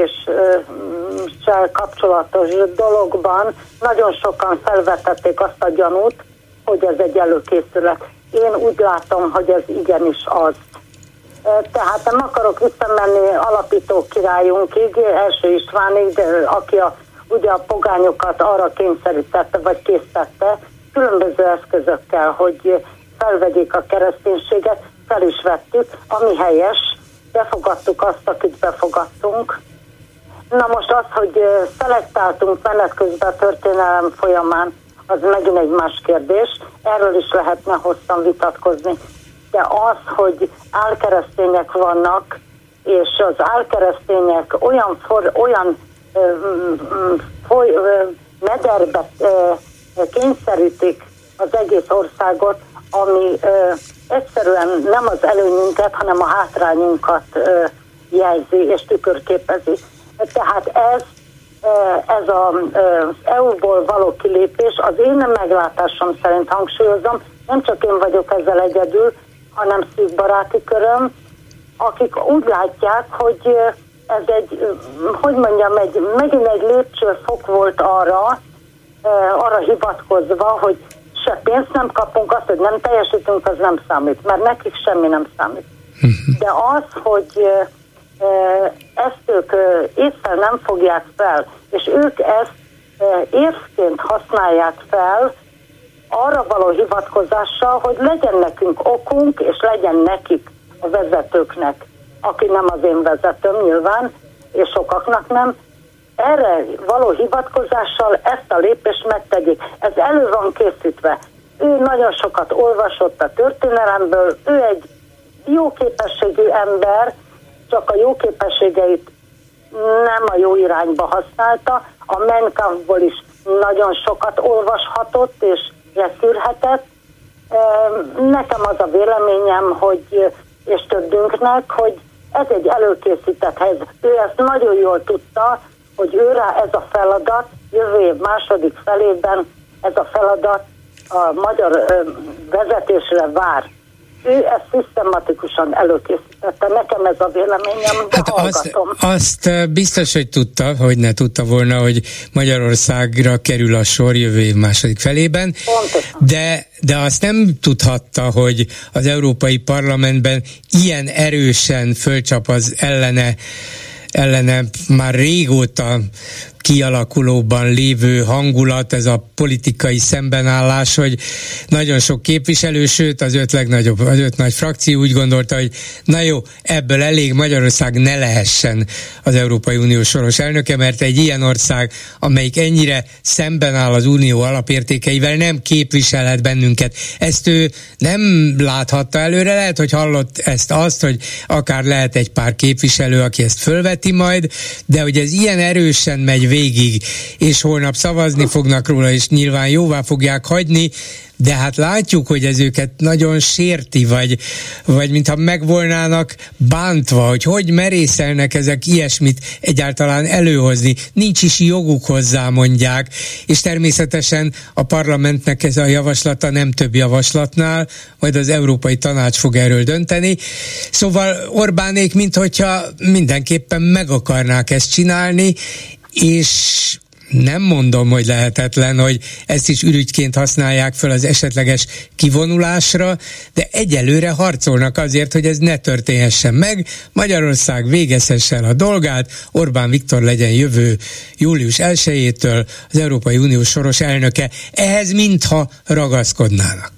kilépéssel kapcsolatos dologban nagyon sokan felvetették azt a gyanút, hogy ez egy előkészület. Én úgy látom, hogy ez igenis az. Tehát nem akarok visszamenni alapító királyunkig, első Istvánig, de aki a, ugye a pogányokat arra kényszerítette, vagy késztette, különböző eszközökkel, hogy felvegyék a kereszténységet, fel is vettük, ami helyes, befogadtuk azt, akit befogadtunk. Na most az, hogy szelektáltunk menet közben a történelem folyamán, az megint egy más kérdés, erről is lehetne hosszan vitatkozni. De az, hogy álkeresztények vannak, és az álkeresztények olyan, for, olyan ö, foly, ö, mederbe ö, kényszerítik az egész országot, ami ö, egyszerűen nem az előnyünket, hanem a hátrányunkat ö, jelzi és tükörképezi. Tehát ez ez az é u-ból való kilépés, az én meglátásom szerint, hangsúlyozom, nem csak én vagyok ezzel egyedül, hanem szűk baráti köröm, akik úgy látják, hogy ez egy, hogy mondjam, egy, megint egy lépcsőfok volt arra, arra hivatkozva, hogy se pénzt nem kapunk, azt, hogy nem teljesítünk, az nem számít, mert nekik semmi nem számít. De az, hogy ezt ők észre nem fogják fel, és ők ezt érvként használják fel arra való hivatkozással, hogy legyen nekünk okunk, és legyen nekik a vezetőknek, aki nem az én vezetőm nyilván, és sokaknak nem, erre való hivatkozással ezt a lépést megtegyék. Ez elő van készítve. Ő nagyon sokat olvasott a történelemből, ő egy jó képességű ember, csak a jó képességeit nem a jó irányba használta. A Mein Kampfból is nagyon sokat olvashatott és leszűrhetett. Nekem az a véleményem, hogy, és többünknek, hogy ez egy előkészített helyzet. Ő ezt nagyon jól tudta, hogy őrá ez a feladat, jövő év második felében ez a feladat a magyar vezetésre vár. Ő ezt szisztematikusan előkészítette. Nekem ez a véleményem, de hát hallgatom. Azt, azt biztos, hogy tudta, hogy ne tudta volna, hogy Magyarországra kerül a sor jövő év második felében. Pontosan. De, de azt nem tudhatta, hogy az Európai Parlamentben ilyen erősen fölcsap az ellene, ellene már régóta kialakulóban lévő hangulat, ez a politikai szembenállás, hogy nagyon sok képviselő, sőt az öt legnagyobb, az öt nagy frakció úgy gondolta, hogy na jó, ebből elég, Magyarország ne lehessen az Európai Unió soros elnöke, mert egy ilyen ország, amelyik ennyire szemben áll az unió alapértékeivel, nem képviselhet bennünket. Ezt ő nem láthatta előre, lehet, hogy hallott ezt azt, hogy akár lehet egy pár képviselő, aki ezt fölveti majd, de hogy ez ilyen erősen megy végig, és holnap szavazni fognak róla, és nyilván jóvá fogják hagyni, de hát látjuk, hogy ez őket nagyon sérti, vagy, vagy mintha megvolnának bántva, hogy hogy merészelnek ezek ilyesmit egyáltalán előhozni. Nincs is joguk hozzá, mondják, és természetesen a parlamentnek ez a javaslata nem több javaslatnál, majd az Európai Tanács fog erről dönteni. Szóval Orbánék, minthogyha mindenképpen meg akarnák ezt csinálni, és nem mondom, hogy lehetetlen, hogy ezt is ürügyként használják fel az esetleges kivonulásra, de egyelőre harcolnak azért, hogy ez ne történhessen meg. Magyarország végezhesse el a dolgát, Orbán Viktor legyen jövő július elsejétől az Európai Unió soros elnöke. Ehhez mintha ragaszkodnának.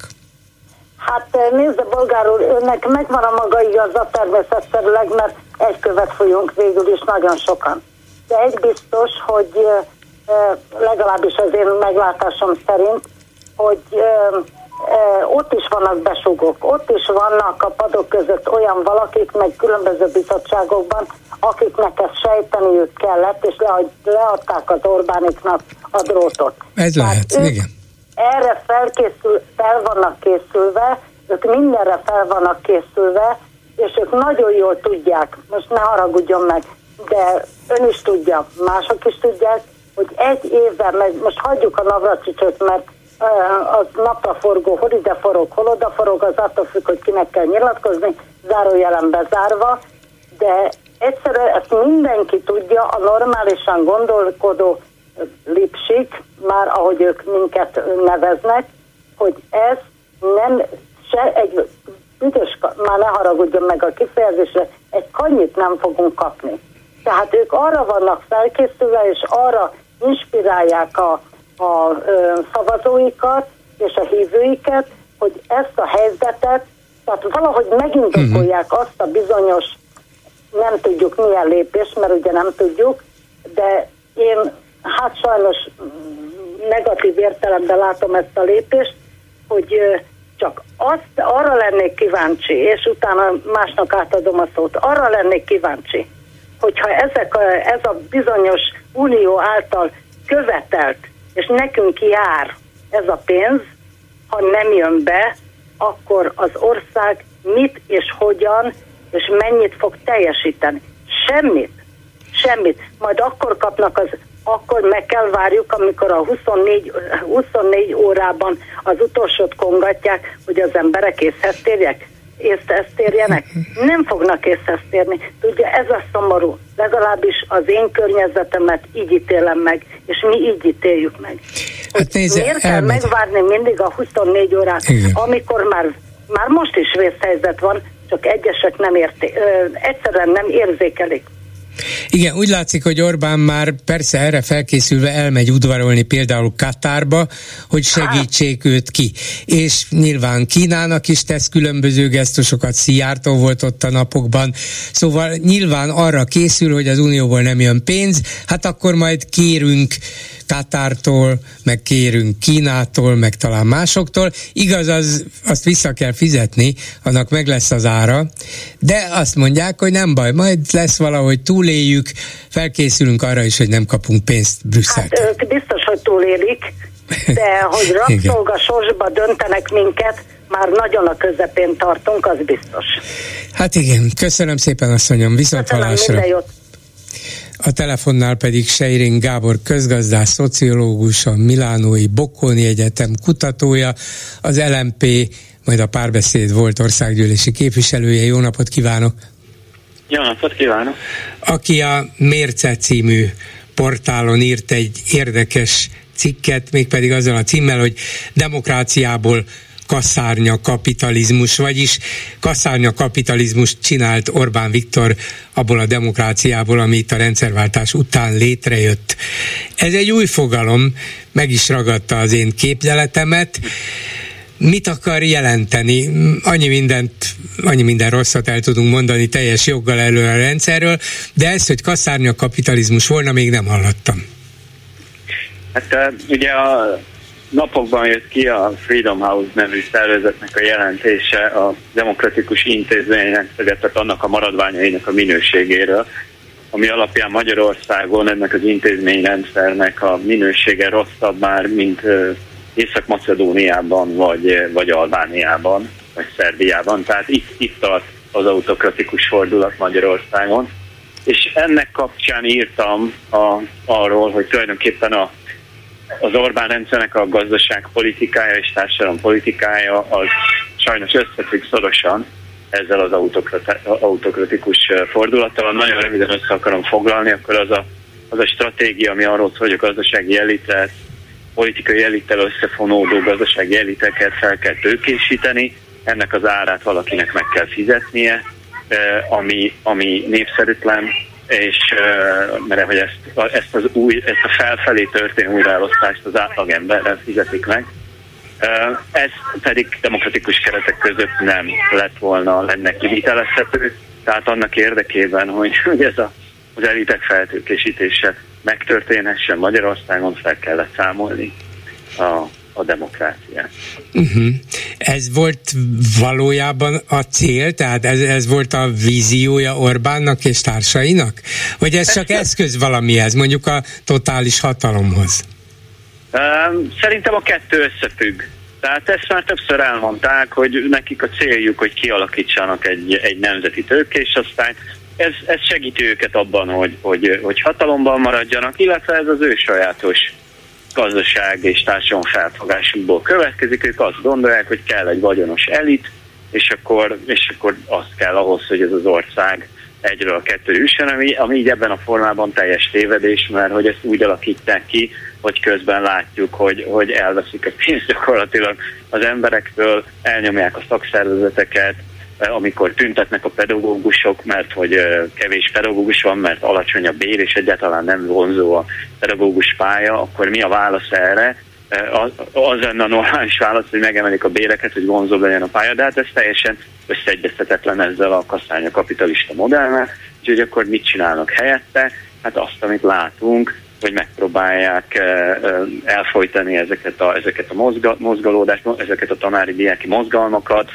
Hát nézd, bolgár úr, önnek megvan a maga igaza természetszerűleg, mert egy követ folyunk végül is nagyon sokan. De egy biztos, hogy legalábbis az én meglátásom szerint, hogy ott is vannak besugók, ott is vannak a padok között olyan valakik, meg különböző bizottságokban, akiknek ezt sejteniük kellett, és leadták az Orbániknak a drótot. Ez lehet, igen. Erre felkészül, fel vannak készülve, ők mindenre fel vannak készülve, és ők nagyon jól tudják, most ne haragudjon meg, de ön is tudja, mások is tudják, hogy egy évben, meg most hagyjuk a Navracsicsot, mert uh, az napraforgó, hol ide forog, hol oda forog, az attól függ, hogy kinek kell nyilatkozni, zárójelen bezárva, de egyszerűen ezt mindenki tudja, a normálisan gondolkodó lipsik, már ahogy ők minket neveznek, hogy ez nem se egy büdös, már ne haragudjon meg a kifejezésre, egy kanyit nem fogunk kapni. Tehát ők arra vannak felkészülve, és arra inspirálják a, a ö, szavazóikat és a hívőiket, hogy ezt a helyzetet, tehát valahogy megindokolják azt a bizonyos, nem tudjuk milyen lépés, mert ugye nem tudjuk, de én hát sajnos negatív értelemben látom ezt a lépést, hogy ö, csak azt, arra lennék kíváncsi, és utána másnak átadom a szót, arra lennék kíváncsi, hogyha ezek a, ez a bizonyos unió által követelt, és nekünk jár ez a pénz, ha nem jön be, akkor az ország mit és hogyan, és mennyit fog teljesíteni. Semmit. Semmit. Majd akkor kapnak az, akkor meg kell várjuk, amikor a huszonnégy, huszonnégy órában az utolsót kongatják, hogy az emberek észhez térjek. észhez térjenek, nem fognak észhez térni. Tudja, ez a szomorú. Legalábbis az én környezetemet így ítélem meg, és mi így ítéljük meg. Hát nézze, miért kell elmegy. megvárni mindig a huszonnégy órát, igen, amikor már, már most is vészhelyzet van, csak egyesek nem érté, ö, egyszerűen nem érzékelik. Igen, úgy látszik, hogy Orbán már persze erre felkészülve elmegy udvarolni például Katárba, hogy segítsék őt ki. És nyilván Kínának is tesz különböző gesztusokat, Szijjártó volt ott a napokban, szóval nyilván arra készül, hogy az Unióból nem jön pénz, hát akkor majd kérünk Katártól, meg kérünk Kínától, meg talán másoktól. Igaz, az, azt vissza kell fizetni, annak meg lesz az ára, de azt mondják, hogy nem baj, majd lesz valahogy túléljük, felkészülünk arra is, hogy nem kapunk pénzt Brüsszeltől. Hát biztos, hogy túlélik, de hogy rabszolga sorsba döntenek minket, már nagyon a közepén tartunk, az biztos. Hát igen, köszönöm szépen, asszonyom, viszont hallásra. A telefonnál pedig Seiring Gábor közgazdász, szociológus, a Milánói Bocconi Egyetem kutatója, az el em pé, majd a Párbeszéd volt országgyűlési képviselője. Jó napot kívánok! Jó napot kívánok! Aki a Mérce című portálon írt egy érdekes cikket, mégpedig azzal a címmel, hogy demokráciából kasszárnya kapitalizmus, vagyis kasszárnya kapitalizmust csinált Orbán Viktor abból a demokráciából, ami itt a rendszerváltás után létrejött. Ez egy új fogalom, meg is ragadta az én képzeletemet. Mit akar jelenteni? Annyi mindent, annyi minden rosszat el tudunk mondani teljes joggal elő a rendszerről, de ezt, hogy kasszárnya kapitalizmus volna, még nem hallottam. Hát ugye a napokban jött ki a Freedom House nevű szervezetnek a jelentése a demokratikus intézménynek, tehát annak a maradványainak a minőségéről, ami alapján Magyarországon ennek az intézményrendszernek a minősége rosszabb már, mint Észak-Macedóniában, vagy, vagy Albániában, vagy Szerbiában. Tehát itt, itt tart az autokratikus fordulat Magyarországon. És ennek kapcsán írtam a, arról, hogy tulajdonképpen a az Orbán rendszernek a gazdaságpolitikája és társadalompolitikája az sajnos összefügg szorosan ezzel az autokratikus fordulattal. Nagyon röviden össze akarom foglalni, akkor az a, az a stratégia, ami arról szól, hogy a gazdasági elitet, politikai elittel összefonódó gazdasági eliteket fel kell tőkésíteni, ennek az árát valakinek meg kell fizetnie, ami, ami népszerűtlen, és mert hogy ezt, ezt az új, ezt a felfelé történő újraelosztást az átlagemberrel fizetik meg. Ez pedig demokratikus keretek között nem lett volna lenne kivitelezhető, tehát annak érdekében, hogy, hogy ez a, az elitek feltőkésítése megtörténhessen Magyarországon, fel kellett számolni a a demokráciát. Uh-huh. Ez volt valójában a cél, tehát ez, ez volt a víziója Orbánnak és társainak? Vagy ez csak eszköz valamihez, mondjuk a totális hatalomhoz? Szerintem a kettő összefügg. Tehát ezt már többször elmondták, hogy nekik a céljuk, hogy kialakítsanak egy, egy nemzeti tőkésоsztályt. Ez, ez segíti őket abban, hogy, hogy, hogy hatalomban maradjanak, illetve ez az ő sajátos gazdaság és társadalom felfogásukból következik. Ők azt gondolják, hogy kell egy vagyonos elit, és akkor, és akkor az kell ahhoz, hogy ez az ország egyről a kettőre üssön, ami, ami így ebben a formában teljes tévedés, mert hogy ezt úgy alakítják ki, hogy közben látjuk, hogy, hogy elveszik a pénzt gyakorlatilag az emberektől, elnyomják a szakszervezeteket, amikor tüntetnek a pedagógusok, mert hogy kevés pedagógus van, mert alacsony a bér, és egyáltalán nem vonzó a pedagógus pálya, akkor mi a válasz erre? Az, az lenne a normális válasz, hogy megemelik a béreket, hogy vonzóbb legyen a pálya, de hát ez teljesen összeegyeztetetlen ezzel a kasszárnya kapitalista modellel, úgyhogy akkor mit csinálnak helyette? Hát azt, amit látunk, hogy megpróbálják elfolytani ezeket a, ezeket a mozga, mozgalódást, ezeket a tanári diáki mozgalmakat,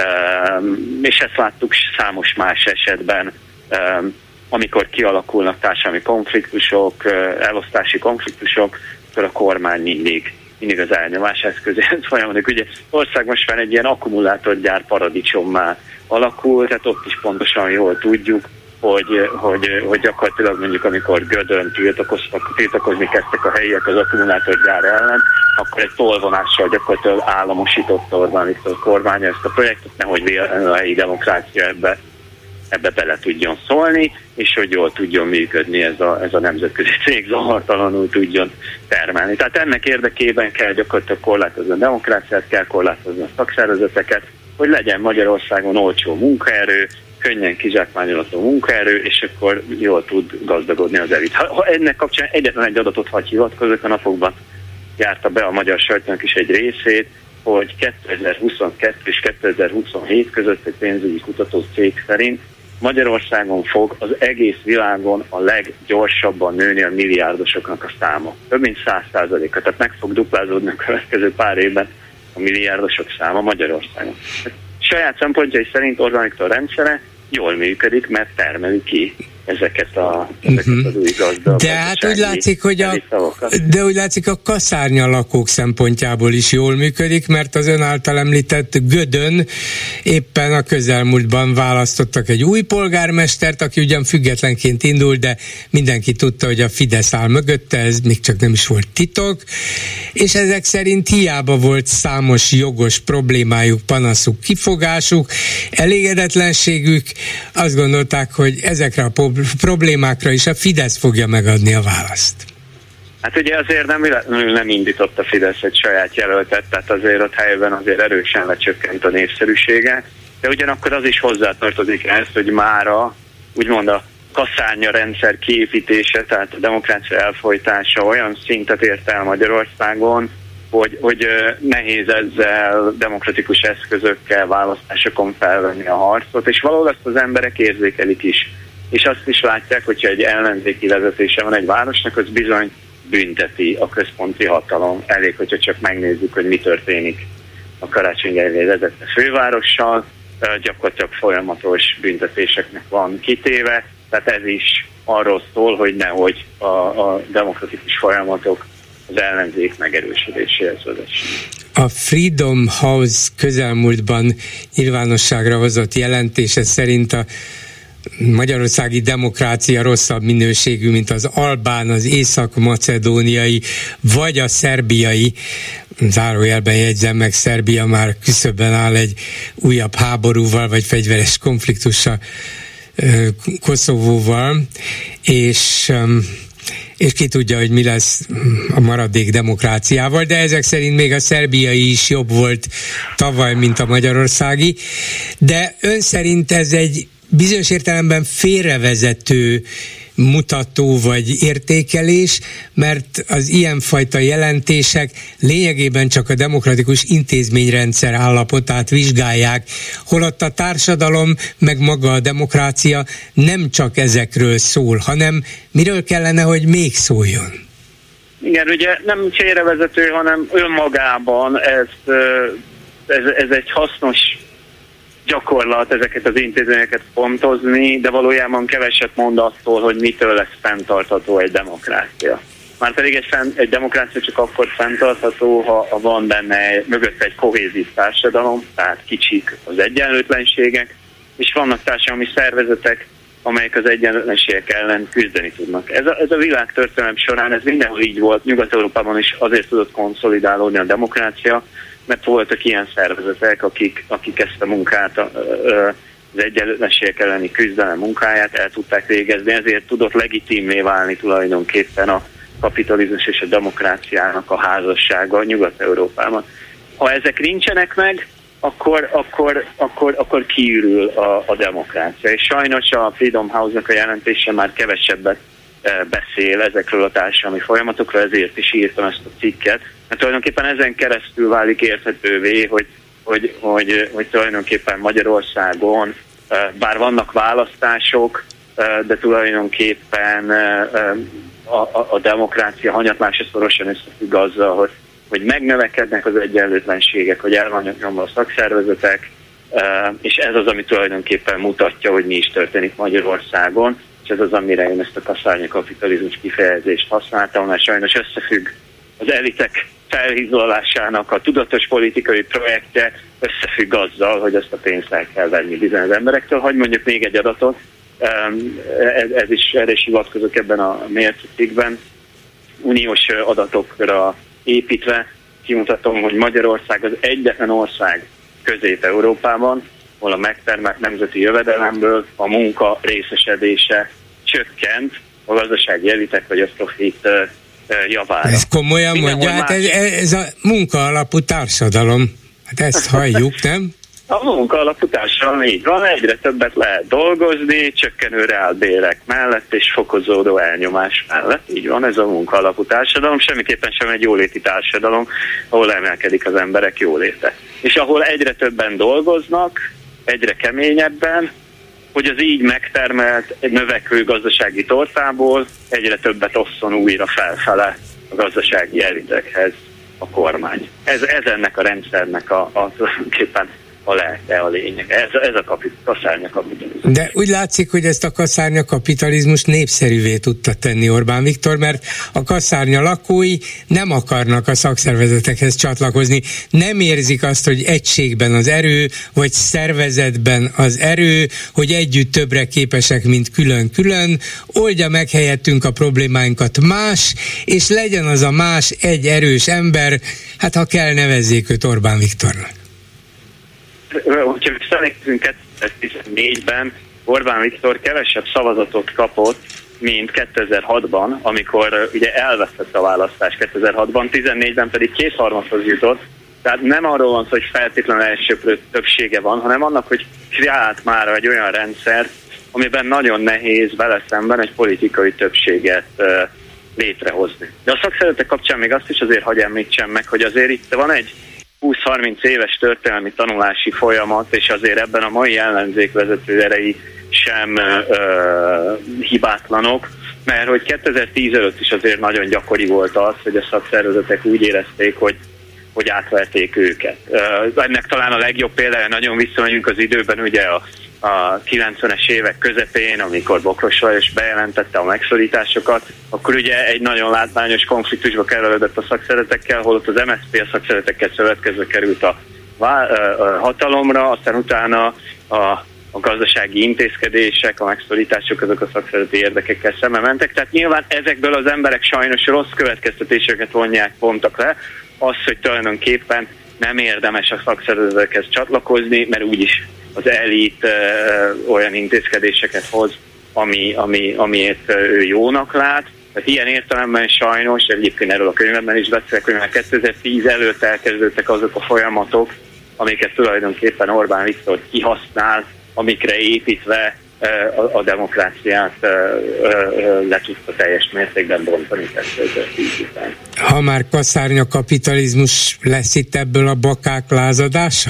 és ezt láttuk számos más esetben, amikor kialakulnak társadalmi konfliktusok, elosztási konfliktusok, akkor a kormány mindig, mindig az elnyomás eszközéhez folyamodik. Ugye ország most már egy ilyen akkumulátorgyár paradicsommá alakul, tehát ott is pontosan jól tudjuk, Hogy, hogy, hogy gyakorlatilag mondjuk amikor Gödön tiltakoztak, tiltakozni kezdtek a helyiek az akkumulátorgyár ellen, akkor egy tolvonással gyakorlatilag államosította Orbán Viktor kormánya ezt a projektet, nehogy véletlenül a helyi demokrácia ebbe, ebbe bele tudjon szólni, és hogy jól tudjon működni ez a, ez a nemzetközi cég, zavartalanul tudjon termelni. Tehát ennek érdekében kell gyakorlatilag korlátozni a demokráciát, kell korlátozni a szakszervezeteket, hogy legyen Magyarországon olcsó munkaerő, könnyen kizsákmányolható munkaerő, és akkor jól tud gazdagodni az elit. Ha, ha ennek kapcsán egyetlen egy adatot hagy hivatkozok, a napokban járta be a magyar sajtónak is egy részét, hogy kétezer-huszonkettő és kétezer-huszonhét között egy pénzügyi kutató cég szerint Magyarországon fog az egész világon a leggyorsabban nőni a milliárdosoknak a száma. Több mint száz százaléka, tehát meg fog duplázódni a következő pár évben a milliárdosok száma Magyarországon. Saját szempontjai szerint Orbán Viktor rendszere jól működik, mert termeli ki ezeket, a, ezeket uh-huh. az új gazdag. De hát úgy látszik, hogy a, de úgy látszik a kaszárnya lakók szempontjából is jól működik, mert az ön által említett Gödön éppen a közelmúltban választottak egy új polgármestert, aki ugyan függetlenként indul, de mindenki tudta, hogy a Fidesz áll mögötte, ez még csak nem is volt titok, és ezek szerint hiába volt számos jogos problémájuk, panaszuk, kifogásuk, elégedetlenségük, azt gondolták, hogy ezekre a problémákra is a Fidesz fogja megadni a választ. Hát ugye azért nem, nem indított a Fidesz egy saját jelöltet, tehát azért ott helyben azért erősen lecsökkent a népszerűsége, de ugyanakkor az is hozzátartozik ezt, hogy mára úgymond a kaszárnya rendszer kiépítése, tehát a demokrácia elfojtása olyan szintet ért el Magyarországon, hogy, hogy nehéz ezzel demokratikus eszközökkel választásokon felvenni a harcot, és valahol azt az emberek érzékelik is. És azt is látják, hogyha egy ellenzéki vezetése van egy városnak, az bizony bünteti a központi hatalom. Elég, hogyha csak megnézzük, hogy mi történik a Karácsony Gergely vezette fővárossal, gyakorlatilag folyamatos büntetéseknek van kitéve, tehát ez is arról szól, hogy nehogy a, a demokratikus folyamatok az ellenzék megerősödéséhez vezessen. A Freedom House közelmúltban nyilvánosságra hozott jelentése szerint a magyarországi demokrácia rosszabb minőségű, mint az albán, az észak-macedóniai, vagy a szerbiai, zárójelben jegyzem meg, Szerbia már küszöbben áll egy újabb háborúval, vagy fegyveres konfliktussal Koszovóval, és és ki tudja, hogy mi lesz a maradék demokráciával, de ezek szerint még a szerbiai is jobb volt tavaly, mint a magyarországi. De ön szerint ez egy bizonyos értelemben félrevezető mutató vagy értékelés, mert az ilyenfajta jelentések lényegében csak a demokratikus intézményrendszer állapotát vizsgálják, holott a társadalom meg maga a demokrácia nem csak ezekről szól, hanem miről kellene, hogy még szóljon? Igen, ugye nem félrevezető, hanem önmagában ez, ez, ez egy hasznos gyakorlat ezeket az intézményeket pontozni, de valójában keveset mond attól, hogy mitől lesz fenntartható egy demokrácia. Márpedig egy, fenn, egy demokrácia csak akkor fenntartható, ha, ha van benne mögött egy kohézív társadalom, tehát kicsik az egyenlőtlenségek, és vannak társadalmi szervezetek, amelyek az egyenlőtlenségek ellen küzdeni tudnak. Ez a, ez a világtörténelem során, ez mindenhol így volt, Nyugat-Európában is azért tudott konszolidálódni a demokrácia, mert voltak ilyen szervezetek, akik, akik ezt a munkát, az egyenlőtlenségek elleni küzdelem munkáját el tudták végezni, ezért tudott legitímmé válni tulajdonképpen a kapitalizmus és a demokráciának a házassága Nyugat-Európában. Ha ezek nincsenek meg, akkor, akkor, akkor, akkor kiürül a, a demokrácia. És sajnos a Freedom House-nak a jelentése már kevesebbet beszél ezekről a társadalmi folyamatokról, ezért is írtam ezt a cikket, mert tulajdonképpen ezen keresztül válik érthetővé, hogy, hogy, hogy, hogy tulajdonképpen Magyarországon bár vannak választások, de tulajdonképpen a, a, a demokrácia hanyatlása szorosan összefügg azzal, hogy, hogy megnövekednek az egyenlőtlenségek, hogy el vannak nyomva a szakszervezetek, és ez az, ami tulajdonképpen mutatja, hogy mi is történik Magyarországon, és ez az, amire én ezt a kaszárnya kapitalizmus kifejezést használtam, mert sajnos összefügg az elitek felhízolásának a tudatos politikai projektje, összefügg azzal, hogy ezt a pénzt el kell venni bizony az emberektől. Hagy mondjuk még egy adatot, ez, ez is, erre is hivatkozok ebben a mércikkben, uniós adatokra építve kimutatom, hogy Magyarország az egyetlen ország Közép-Európában, ahol a megtermelt nemzeti jövedelemből a munka részesedése csökkent a gazdasági elitek vagy a profit javára. Ez komolyan mondja, hát ez, ez a munka alapú társadalom. Hát ezt halljuk, nem? A munka alapú társadalom így van, egyre többet lehet dolgozni, csökkenő reálbérek mellett és fokozódó elnyomás mellett. Így van, ez a munka alapú társadalom, semmiképpen sem egy jóléti társadalom, ahol emelkedik az emberek jóléte. És ahol egyre többen dolgoznak, egyre keményebben, hogy az így megtermelt egy növekvő gazdasági tortából egyre többet osszon újra felfele a gazdasági elitekhez a kormány. Ez, ez ennek a rendszernek a, a tulajdonképpen a lelke, a lényeg. Ez, ez a kapit, kaszárnya kapitalizmus. De úgy látszik, hogy ezt a kaszárnya kapitalizmus népszerűvé tudta tenni Orbán Viktor, mert a kaszárnya lakói nem akarnak a szakszervezetekhez csatlakozni, nem érzik azt, hogy egységben az erő, vagy szervezetben az erő, hogy együtt többre képesek, mint külön-külön, oldja meg helyettünk a problémáinkat más, és legyen az a más egy erős ember, hát ha kell, nevezzék őt Orbán Viktornak. Hogyha visszanézünk kétezer-tizennégyben, Orbán Viktor kevesebb szavazatot kapott, mint kétezer-hatban, amikor ugye elvesztette a választást kétezer-hatban, tizennégyben pedig kétharmadhoz jutott. Tehát nem arról van szó, hogy feltétlenül elsőprő többsége van, hanem annak, hogy kreált már egy olyan rendszert, amiben nagyon nehéz vele szemben egy politikai többséget uh, létrehozni. De a szakszervezetek kapcsán még azt is azért hadd említsem meg, hogy azért itt van egy húsz-harminc éves történelmi tanulási folyamat, és azért ebben a mai ellenzék vezető erei sem ö, hibátlanok, mert hogy kétezer-tíz előtt is azért nagyon gyakori volt az, hogy a szakszervezetek úgy érezték, hogy, hogy átverték őket. Ennek talán a legjobb példája, nagyon visszamegyünk az időben, ugye a, a kilencvenes évek közepén, amikor Bokros Lajos bejelentette a megszorításokat, akkor ugye egy nagyon látványos konfliktusba kerülődött a szakszervezetekkel, holott az em es zé pé a szakszervezetekkel szövetkezve került a, a, a hatalomra, aztán utána a a gazdasági intézkedések, a megszorítások, azok a szakszervezeti érdekekkel szembe mentek. Tehát nyilván ezekből az emberek sajnos rossz következtetéseket vonják, vontak le. Az, hogy tulajdonképpen nem érdemes a szakszervezetekhez csatlakozni, mert úgyis az elit ö, olyan intézkedéseket hoz, ami, ami, amiért ő jónak lát. Tehát ilyen értelemben sajnos, egyébként erről a könyvemben is beszélek, hogy már kétezer-tíz előtt elkezdődtek azok a folyamatok, amiket tulajdonképpen Orbán Viktor kihasznál, amikre építve a, a demokráciát le tudta teljes mértékben bontani kétezer-tíz után. Ha már kaszárnya kapitalizmus, lesz itt ebből a bakák lázadása?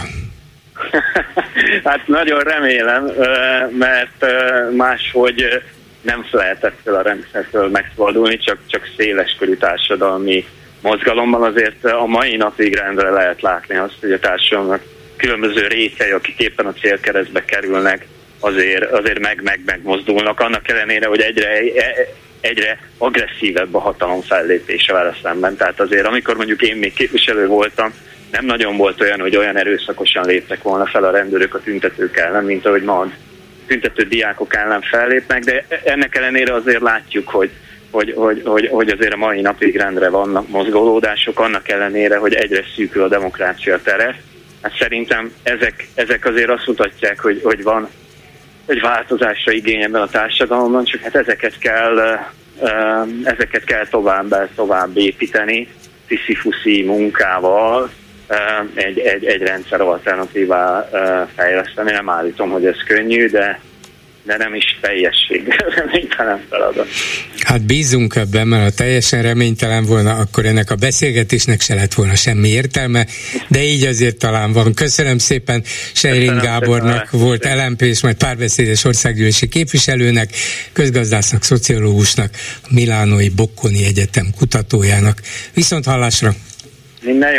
Hát nagyon remélem, mert máshogy nem lehet ettől a rendszertől megszabadulni, csak, csak széleskörű társadalmi mozgalomban. Azért a mai napig rendre lehet látni azt, hogy a társadalomnak különböző részei, akik éppen a célkeresztbe kerülnek, azért, azért meg, meg, megmozdulnak, annak ellenére, hogy egyre, egyre agresszívebb a hatalom fellépése vele szemben. Tehát azért, amikor mondjuk én még képviselő voltam, nem nagyon volt olyan, hogy olyan erőszakosan léptek volna fel a rendőrök a tüntetők ellen, mint ahogy ma a tüntető diákok ellen fellépnek, de ennek ellenére azért látjuk, hogy, hogy, hogy, hogy, hogy azért a mai napig rendre vannak mozgolódások, annak ellenére, hogy egyre szűkül a demokrácia tere. Hát szerintem ezek, ezek azért azt mutatják, hogy, hogy van egy változásra igény ebben a társadalomban, csak hát ezeket kell, ezeket kell tovább, tovább építeni, sziszi-fuszi munkával, egy, egy, egy rendszer alternatívá fejleszteni. Nem állítom, hogy ez könnyű, de, de nem is teljességgel reménytelen feladat. Hát bízunk ebben, mert ha teljesen reménytelen volna, akkor ennek a beszélgetésnek se lett volna semmi értelme, de így azért talán van. Köszönöm szépen Sejring Gábornak, szépen, volt el em pé és majd párbeszédes országgyűlési képviselőnek, közgazdásznak, szociológusnak, a Milánói Bocconi Egyetem kutatójának. Viszont hallásra! Minden jó!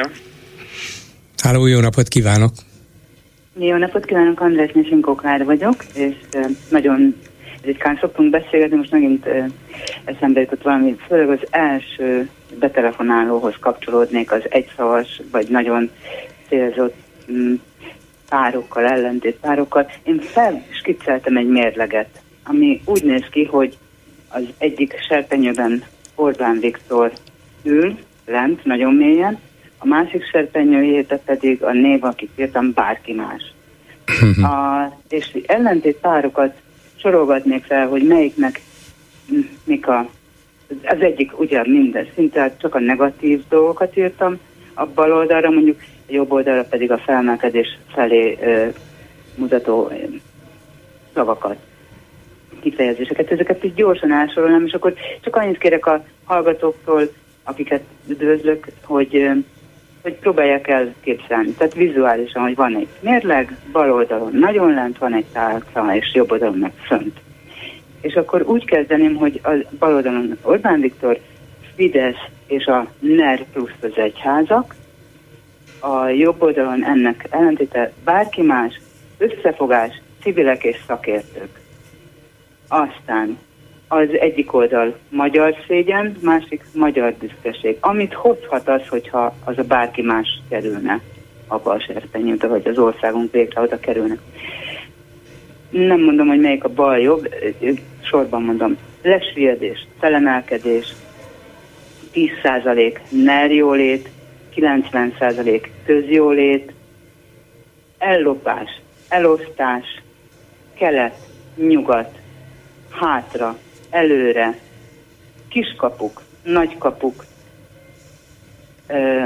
Háló, jó napot kívánok! Jó napot kívánok, András Nyesinkó Klára vagyok, és uh, nagyon ritkán szoktunk beszélgetni, most megint uh, eszembe jutott valami, főleg az első betelefonálóhoz kapcsolódnék az egyszavas, vagy nagyon célzott um, párokkal, ellentét párokkal. Én felskicceltem egy mérleget, ami úgy néz ki, hogy az egyik serpenyőben Orbán Viktor ül, lent, nagyon mélyen, a másik serpenyőjéte pedig a név, akit írtam, bárki más. A, és ellentét párokat sorolgatnék fel, hogy melyiknek mik a... Az egyik ugye minden, szinte csak a negatív dolgokat írtam, a bal oldalra mondjuk, a jobb oldalra pedig a felmelkedés felé ö, mutató ö, szavakat, kifejezéseket. Ezeket így gyorsan elsorolnám, és akkor csak annyit kérek a hallgatóktól, akiket üdvözlök, hogy... Ö, hogy próbálják el képzelni. Tehát vizuálisan, hogy van egy mérleg, bal oldalon nagyon lent van egy tálca, és jobb oldalon meg fönt. És akkor úgy kezdeném, hogy a bal oldalon Orbán Viktor, Fidesz és a NER plusz az egyházak, a jobb oldalon ennek ellentéte bárki más, összefogás, civilek és szakértők. Aztán az egyik oldal magyar szégyen, másik magyar büszkeség. Amit hozhat az, hogyha az a bárki más kerülne abba a serpenyőbe, vagy az országunk végre oda kerülne. Nem mondom, hogy melyik a bal jobb, sorban mondom. Lesüllyedés, felemelkedés, tíz százalék nerjólét, kilencven százalék közjólét, ellopás, elosztás, kelet, nyugat, hátra, előre, kiskapuk, nagykapuk, ö,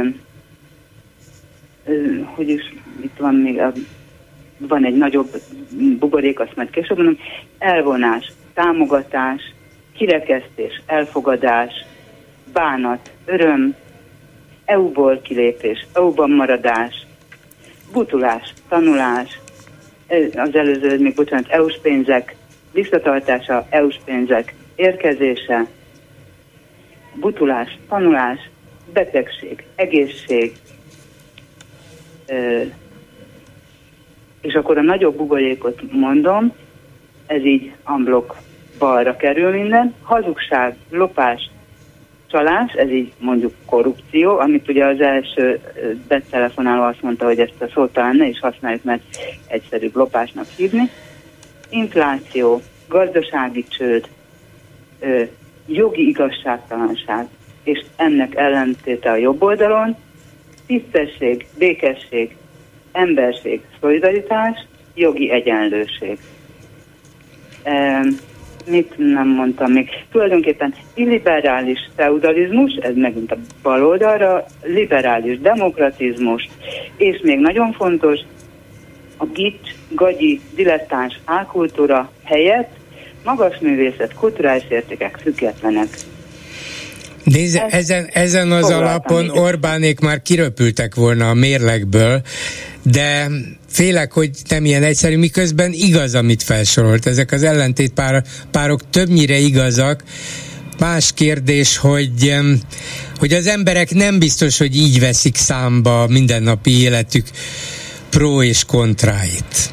ö, hogy is, itt van még, a, van egy nagyobb buborék, azt majd később mondom, elvonás, támogatás, kirekesztés, elfogadás, bánat, öröm, é u-ból kilépés, é u-ban maradás, butulás, tanulás, az előző, még bocsánat, é u-s pénzek visszatartása, é u-s pénzek érkezése, butulás, tanulás, betegség, egészség, és akkor a nagyobb buborékot mondom, ez így unblock balra kerül minden, hazugság, lopás, csalás, ez így mondjuk korrupció, amit ugye az első betelefonáló azt mondta, hogy ezt a szót talán ne is használjuk, mert egyszerűbb lopásnak hívni. Infláció, gazdasági csőd, jogi igazságtalanság, és ennek ellentéte a jobb oldalon, tisztesség, békesség, emberség, szolidaritás, jogi egyenlőség. Mit nem mondtam még? Tulajdonképpen illiberális feudalizmus, ez megint a bal oldalra, liberális demokratizmus, és még nagyon fontos, a gics, gagyi, dilettáns álkultúra helyett magas művészet, kulturális értékek függetlenek. Nézze, ezen, ezen az alapon Orbánék már kiröpültek volna a mérlegből, de félek, hogy nem ilyen egyszerű, miközben igaz, amit felsorolt. Ezek az ellentétpárok többnyire igazak. Más kérdés, hogy, hogy az emberek nem biztos, hogy így veszik számba a mindennapi életük pró és kontráit.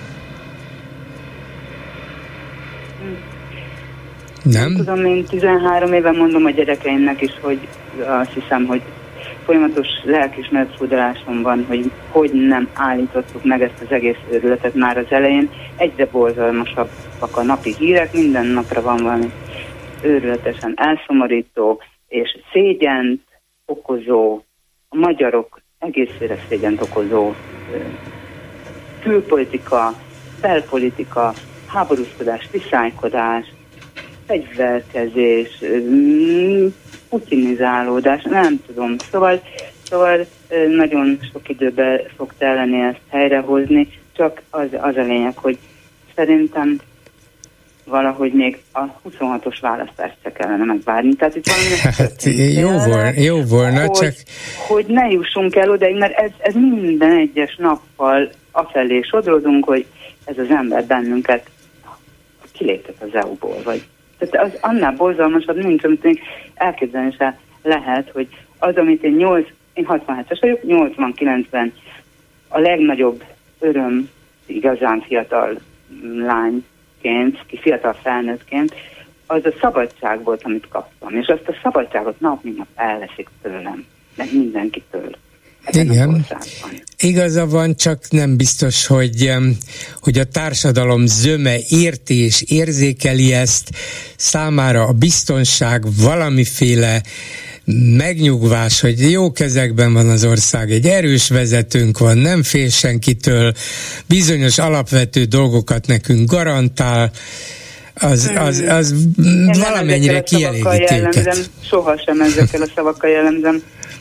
Nem? Nem tudom, én tizenhárom éve mondom a gyerekeimnek is, hogy azt hiszem, hogy folyamatos lelkiismeretfurdalásom van, hogy hogy nem állítottuk meg ezt az egész őrületet már az elején. Egyre borzalmasabbak a napi hírek, minden napra van valami őrületesen elszomorító és szégyent okozó, a magyarok egészére szégyent okozó külpolitika, belpolitika, háborúskodás, viszálykodás, fegyverkezés, putinizálódás, nem tudom. Szóval, szóval nagyon sok időben fog telleni ezt helyrehozni, csak az, az a lényeg, hogy szerintem valahogy még a huszonhatos választást se kellene megvárni. Tehát itt valami hát, jó, volna, jó volna, hogy, csak... hogy ne jussunk el odaig, mert ez, ez minden egyes nappal afelé sodródunk, hogy ez az ember bennünket kilépett az é u-ból, vagy tehát az annál borzalmasabb nincs, amit még elképzelni se lehet, hogy az, amit én nyolc, én hatvanhetes vagyok, nyolcvan-kilencben a legnagyobb öröm igazán fiatal lányként, fiatal felnőttként, az a szabadság volt, amit kaptam. És azt a szabadságot nap, mint nap elveszik tőlem, meg mindenkitől. Igen, igaza van, csak nem biztos, hogy, hogy a társadalom zöme érti és érzékeli ezt, számára a biztonság valamiféle megnyugvás, hogy jó kezekben van az ország, egy erős vezetőnk van, nem fél senkitől, bizonyos alapvető dolgokat nekünk garantál, az, az, az valamennyire kielégíti őket. Sohasem ezekkel a szavakkal jellemzem.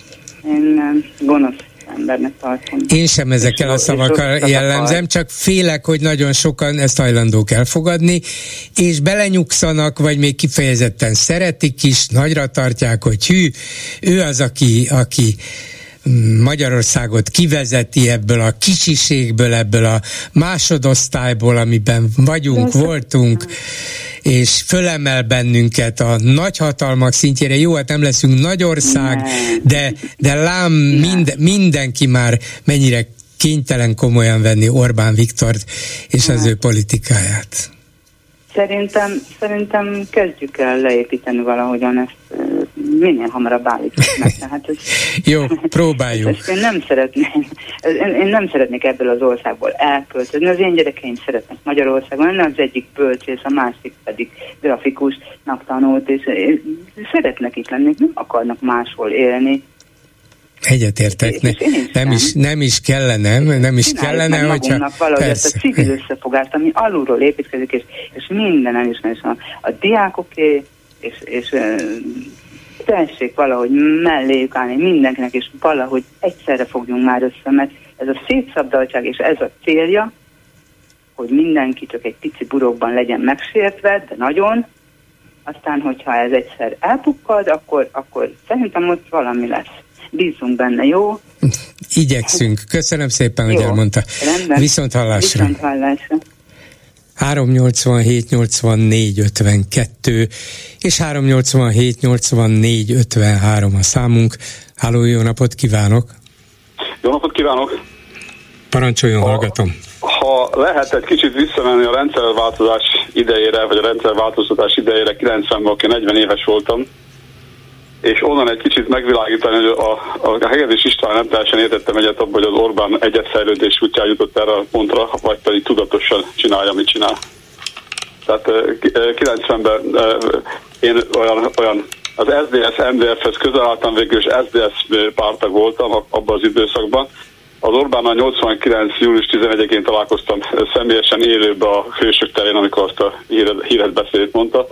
Én gonosz embernek tartom. Én sem ezekkel a szavakkal jellemzem, csak félek, hogy nagyon sokan ezt hajlandók elfogadni, és belenyugszanak, vagy még kifejezetten szeretik is, nagyra tartják, hogy hű, ő az, aki, aki Magyarországot kivezeti ebből a kicsiségből, ebből a másodosztályból, amiben vagyunk, voltunk, és fölemel bennünket a nagyhatalmak szintjére. Jó, hát nem leszünk nagyország, de, de lám mind, mindenki már mennyire kénytelen komolyan venni Orbán Viktort és az ő politikáját. Szerintem, szerintem kezdjük el leépíteni valahogyan ezt, minél hamarabb állítsuk meg. Tehát ez, jó, próbáljuk. Ezt én nem szeretném, én, én nem szeretnék ebből az országból elköltözni. Az én gyerekeim szeretnek Magyarországon, az egyik bölcsész, a másik pedig grafikusnak tanult, és szeretnek itt lenni, nem akarnak máshol élni. Egyetértek, ne, nem, is, nem is kellene, nem is kellene, hogyha... Valahogy ezt a civil összefogást, ami alulról építkezik, és, és minden elismerés van. A diákoké, és, és uh, tessék valahogy melléjük állni mindenkinek, és valahogy egyszerre fogjunk már össze, mert ez a szétszabdaltság, és ez a célja, hogy mindenki csak egy pici burokban legyen megsértve, de nagyon, aztán, hogyha ez egyszer elpukkad, akkor, akkor szerintem ott valami lesz. Bízunk benne, jó? Igyekszünk. Köszönöm szépen, jó, hogy elmondta. Rendben. Viszont hallásra. Viszont hallásra. három nyolcvanhét nyolcvannégy ötvenkettő és három nyolcvanhét nyolcvannégy ötvenhárom a számunk. Háló, jó napot kívánok! Jó napot kívánok! Parancsoljon, ha, hallgatom. Ha lehet egy kicsit visszamenni a rendszerváltozás idejére, vagy a rendszerváltoztatás idejére, kilencvenben, akkor negyven éves voltam, és onnan egy kicsit megvilágítani, hogy a, a Hegedűs István nem teljesen értettem egyet abban, hogy az Orbán egyetfejlődés útján jutott erre a pontra, vagy pedig tudatosan csinálja, amit csinál. Tehát kilencvenben én olyan, olyan az es zé es em dé ef-hez közel álltam végül, és es zé es pártag voltam abban az időszakban. Az Orbánnal nyolcvankilenc július tizenegyedikén találkoztam személyesen élőben a Hősök terén, amikor azt a híres beszédet mondta.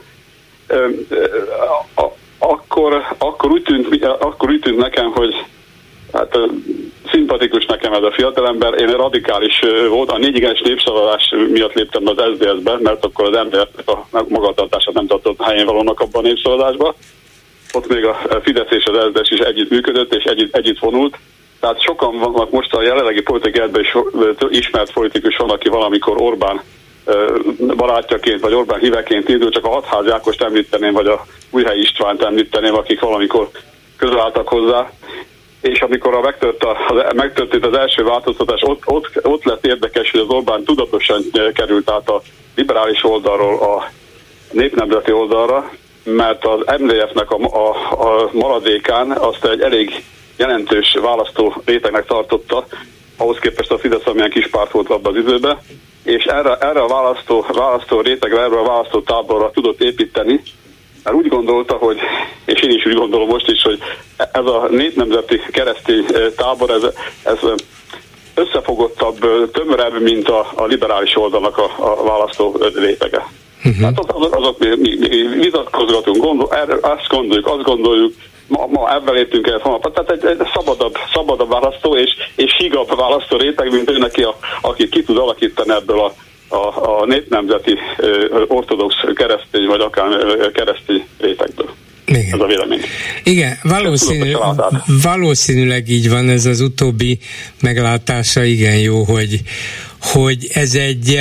Akkor, akkor, úgy tűnt, akkor úgy tűnt nekem, hogy hát, szimpatikus nekem ez a fiatalember. Én radikális volt, a négyigenes népszavazás miatt léptem az es zé es-be, mert akkor az embernek a magatartását nem tartott helyén valónak abban a népszavazásban. Ott még a Fidesz és az es zé es is együtt működött, és együtt, együtt vonult. Tehát sokan vannak most a jelenlegi politikában is ismert politikus van, aki valamikor Orbán barátjaként, vagy Orbán híveként indul, csak a Hatházi Ákost említeném, vagy a Újhelyi Istvánt említeném, akik valamikor közel álltak hozzá. És amikor a megtört, az, megtörtént az első változtatás, ott, ott, ott lett érdekes, hogy az Orbán tudatosan került át a liberális oldalról a népnemzeti oldalra, mert az em dé ef-nek a, a, a maradékán azt egy elég jelentős választó rétegnek tartotta, ahhoz képest a Fidesz, amilyen kis párt volt abban az időben, és erre, erre a választó, választó rétegre, erre a választó táborra tudott építeni, mert úgy gondolta, hogy, és én is úgy gondolom most is, hogy ez a népnemzeti keresztény tábor, ez, ez összefogottabb, tömörebb, mint a, a liberális oldalnak a, a választó rétege. Uh-huh. Hát azok, azok mi, mi, mi vitatkozgatunk, gondol, erre, azt gondoljuk, azt gondoljuk, ma, ma ebben léptünk el, tehát egy, egy szabadabb, szabadabb választó és, és hígabb választó réteg, mint ő neki, a, aki ki tud alakítani ebből a, a, a népnemzeti ortodox keresztény, vagy akár keresztény rétegből. Igen. Ez a vélemény. Igen, valószínű, valószínűleg így van, ez az utóbbi meglátása igen jó, hogy, hogy ez egy,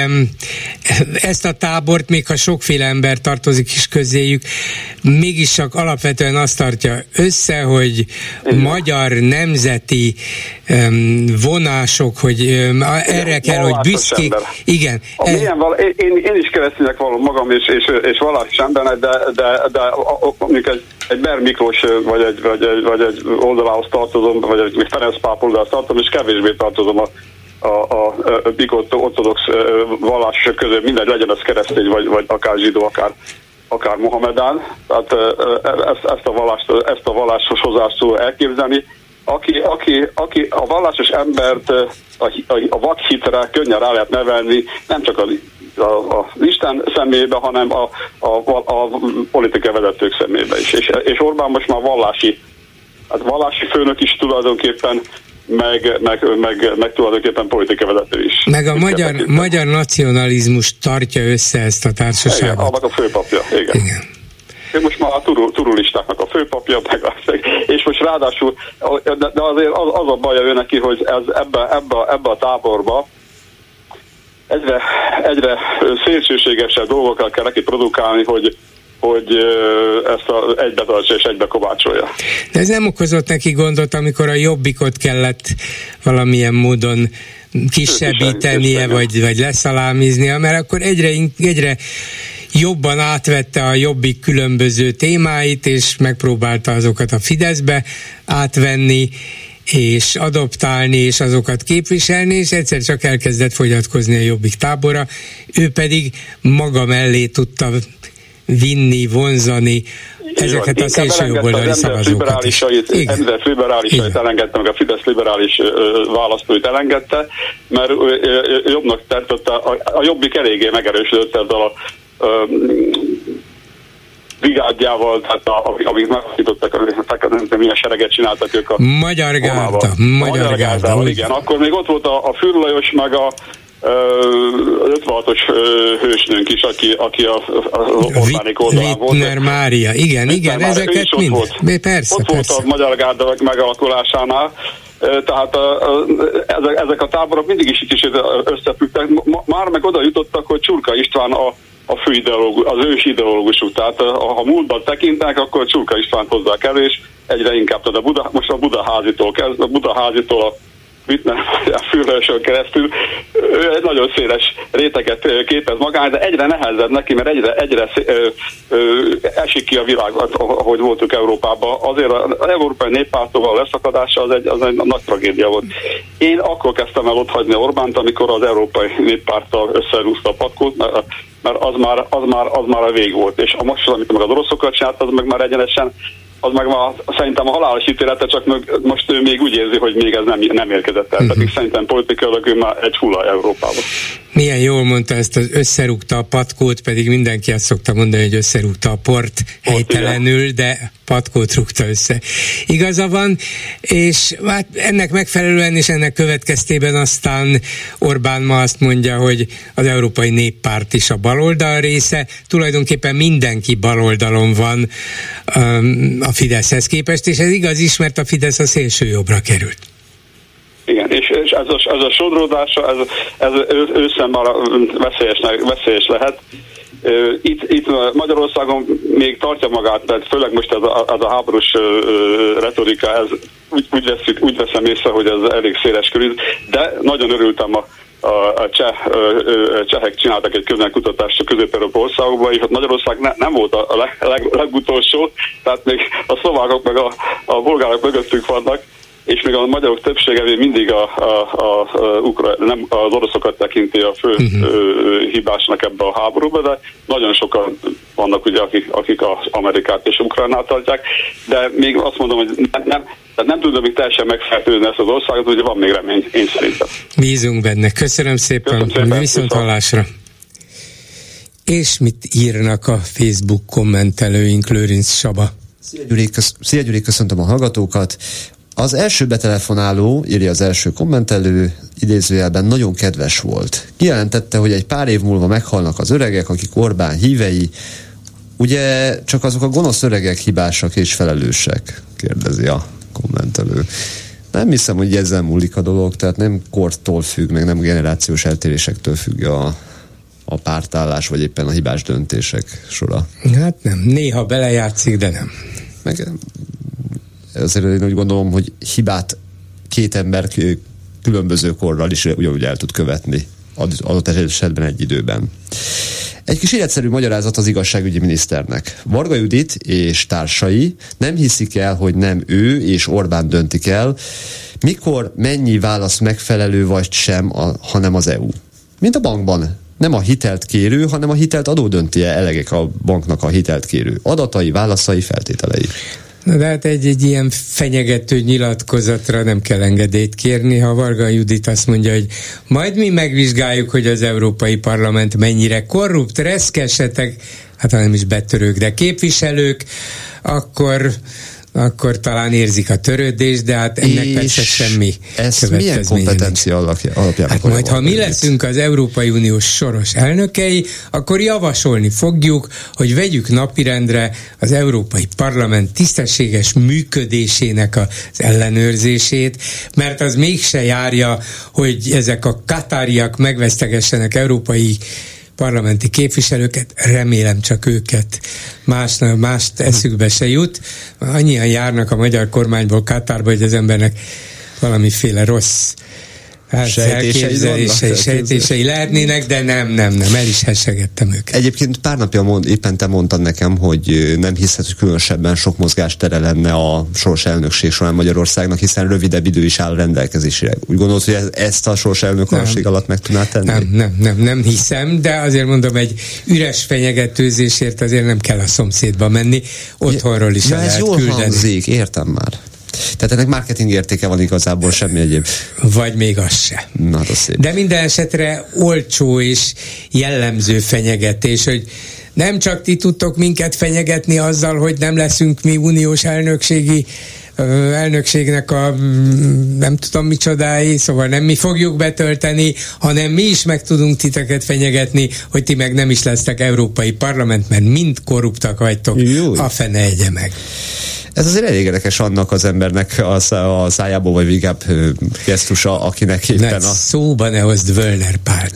ezt a tábort, még ha sokféle ember tartozik is közéjük, mégis csak alapvetően azt tartja össze, hogy igen. magyar nemzeti um, vonások, hogy um, erre kell, hogy büszkék. Igen. A, e... milyen val- én, én is kereszténynek való magam, és, és, és vallásos embernek, de, de, de mondjuk egy, egy Ber Miklós, vagy egy, vagy, egy, vagy egy oldalához tartozom, vagy egy Ferenc Páp oldalához tartozom, és kevésbé tartozom a a, a, a bigott ortodox vallások közül, mindegy, legyen az keresztény, vagy, vagy akár zsidó, akár, akár mohamedán. Tehát ezt, ezt a vallást, ezt a vallásos hozzászóló elképzelni. Aki, aki, aki a vallásos embert a, a, a vakhitre könnyen rá lehet nevelni, nem csak az, a, a Isten szemébe, hanem a, a, a, a politikai vezetők szemébe is. És, és Orbán most már vallási, hát vallási főnök is tulajdonképpen, Meg, meg, meg, meg tulajdonképpen politikai vezető is. Meg a magyar, magyar nacionalizmus tartja össze ezt a társaságot. Igen, annak a főpapja, igen. igen. Én most már a turul, turulistáknak a főpapja, meg a, és most ráadásul, de, de azért az, az a baja ő neki, hogy ez ebbe, ebbe, ebbe a táborba egyre, egyre szélsőségesebb dolgokkal kell neki produkálni, hogy hogy ezt a egybe tartsa és egybe kovácsolja. De ez nem okozott neki gondot, amikor a Jobbikot kellett valamilyen módon kisebbítenie, vagy, vagy leszalámiznia, mert akkor egyre, egyre jobban átvette a Jobbik különböző témáit, és megpróbálta azokat a Fideszbe átvenni, és adoptálni, és azokat képviselni, és egyszer csak elkezdett fogyatkozni a Jobbik tábora, ő pedig maga mellé tudta vinni, vonzani ezeket a szélsőjobboldali szavazókat is. Emzett liberálisait elengedte, meg a Fidesz liberális ö, választóit elengedte, mert ö, ö, jobbnak tartotta, a, a Jobbik eléggé megerősödött ezzel a ö, brigádjával, tehát a, amik meghaszítottak, nem tudom, milyen sereget csináltak ők a Magyar Gárda. Magyar Gárda. Igen, akkor még ott volt a, a Fürl Lajos, meg a az ötvenhatos hősnőnk is, aki, aki a, a Orbánik oldalán volt. Wittner Mária, igen, Wittner igen, Mária, ezeket mind. Volt. Persze, ott persze. volt a Magyar Gárda megalakulásánál, tehát a, a, ezek, ezek a táborok mindig is kicsit összefüggtek. Már meg oda jutottak, hogy Csurka István a, a fő ideológus, az ős ideológusuk. Tehát ha múltban tekintenek, akkor Csurka István hozzák elő, és egyre inkább, tehát a Buda, most a Budaházitól kezd, a Budaházitól a Wittner a Fürlősön keresztül ő egy nagyon széles réteget képez magának, de egyre nehezebb neki, mert egyre, egyre ö, ö, esik ki a világ, ahogy voltunk Európában. Azért az Európai Néppártól leszakadása az egy, az egy nagy tragédia volt. Én akkor kezdtem el otthagyni Orbánt, amikor az Európai Néppárttal összerúzta a patkót, mert, mert az, már, az, már, az már a vég volt. És a most, amit meg az oroszokat csinált, az meg már egyenesen az meg ma, szerintem a halálos ítélete, csak most ő még úgy érzi, hogy még ez nem, nem érkezett el. Uh-huh. Pedig szerintem politikailag ő már egy hulla Európában. Milyen jól mondta ezt, az összerúgta a patkót, pedig mindenki azt szokta mondani, hogy összerúgta a port helytelenül, de patkót rúgta össze. Igaza van, és hát ennek megfelelően és ennek következtében aztán Orbán ma azt mondja, hogy az Európai Néppárt is a baloldal része, tulajdonképpen mindenki baloldalon van um, a Fideszhez képest, és ez igaz is, mert a Fidesz a szélsőjobbra került. Igen, és, és ez, a, ez a sodródása, ez, ez ősszel már veszélyes, veszélyes lehet. Itt, itt Magyarországon még tartja magát, tehát főleg most ez a, ez a háborús retorika, ez úgy, úgy, veszük, úgy veszem észre, hogy ez elég széles körül, de nagyon örültem a a cseh, csehek csináltak egy közönkutatást a Közép-Európa országokban, és ott Magyarország ne, nem volt a leg, leg, legutolsó, tehát még a szlovákok meg a, a bolgárok mögöttük vannak, és még a magyarok többsége még mindig a, a, a, a Ukra, nem az oroszokat tekinti a fő uh-huh. hibásnak ebbe a háborúba, de nagyon sokan vannak ugye, akik, akik az Amerikát és Ukránát tartják, de még azt mondom, hogy nem, nem, tehát nem tudom még teljesen megfertőzni ezt az országot, hogy van még remény, én szerintem. Bízunk benne. Köszönöm szépen. Köszönöm szépen. Viszont hallásra. És mit írnak a Facebook kommentelőink, Lőrinc Saba? Szia Gyuri, kösz- Szia Gyuri, köszöntöm a hallgatókat. Az első betelefonáló, írja az első kommentelő, idézőjelben nagyon kedves volt. Kijelentette, hogy egy pár év múlva meghalnak az öregek, akik Orbán hívei. Ugye csak azok a gonosz öregek hibásak és felelősek? Kérdezi a kommentelő. Nem hiszem, hogy ezzel múlik a dolog, tehát nem kortól függ, meg nem generációs eltérésektől függ a, a pártállás, vagy éppen a hibás döntések sora. Hát nem, néha belejátszik, de nem. Meg azért én úgy gondolom, hogy hibát két ember különböző korral is ugyanúgy el tud követni, adott esetben egy időben. Egy kis életszerű magyarázat az igazságügyi miniszternek. Varga Judit és társai nem hiszik el, hogy nem ő és Orbán döntik el, mikor mennyi válasz megfelelő vagy sem, a, hanem az é u. Mint a bankban. Nem a hitelt kérő, hanem a hitelt adó dönti el elegek a banknak a hitelt kérő adatai, válaszai, feltételei. Na de hát egy, egy ilyen fenyegető nyilatkozatra nem kell engedélyt kérni, ha Varga Judit azt mondja, hogy majd mi megvizsgáljuk, hogy az Európai Parlament mennyire korrupt, reszkesetek, hát ha nem is betörők, de képviselők, akkor akkor talán érzik a törődést, de hát ennek és persze semmi ez milyen kompetencia alapján? Hát majd, ha mi leszünk az Európai Uniós soros elnökei, akkor javasolni fogjuk, hogy vegyük napirendre az Európai Parlament tisztességes működésének az ellenőrzését, mert az mégse járja, hogy ezek a katáriak megvesztegessenek európai parlamenti képviselőket, remélem csak őket, más, mást eszükbe se jut. Annyian járnak a magyar kormányból Katárba, hogy az embernek valamiféle rossz hát sejtései, sejtései lehetnének, de nem, nem, nem, el is hessegettem őket. Egyébként pár napja mond, éppen te mondtad nekem, hogy nem hiszed, hogy különösebben sok mozgástere lenne a soros elnökség során Magyarországnak, hiszen rövidebb idő is áll rendelkezésére. Úgy gondolod, hogy ezt a soros elnökség alatt meg tudná tenni? Nem, nem, nem, nem hiszem, de azért mondom, egy üres fenyegetőzésért azért nem kell a szomszédba menni, otthonról is ja, el ez lehet jól küldeni. Hangzik, értem már. Tehát ennek marketing értéke van igazából, semmi egyéb. Vagy még az se. Na, az szép. De minden esetre olcsó és jellemző fenyegetés, hogy nem csak ti tudtok minket fenyegetni azzal, hogy nem leszünk mi uniós elnökségi elnökségnek a nem tudom micsodái, szóval nem mi fogjuk betölteni, hanem mi is meg tudunk titeket fenyegetni, hogy ti meg nem is lesztek Európai Parlament, mert mind korruptak vagytok. Júj. A fene egye meg. Ez azért elég érdekes annak az embernek a, a szájából, vagy inkább gesztusa, akinek éppen ne, a... szóba ne hozd Völner Pált.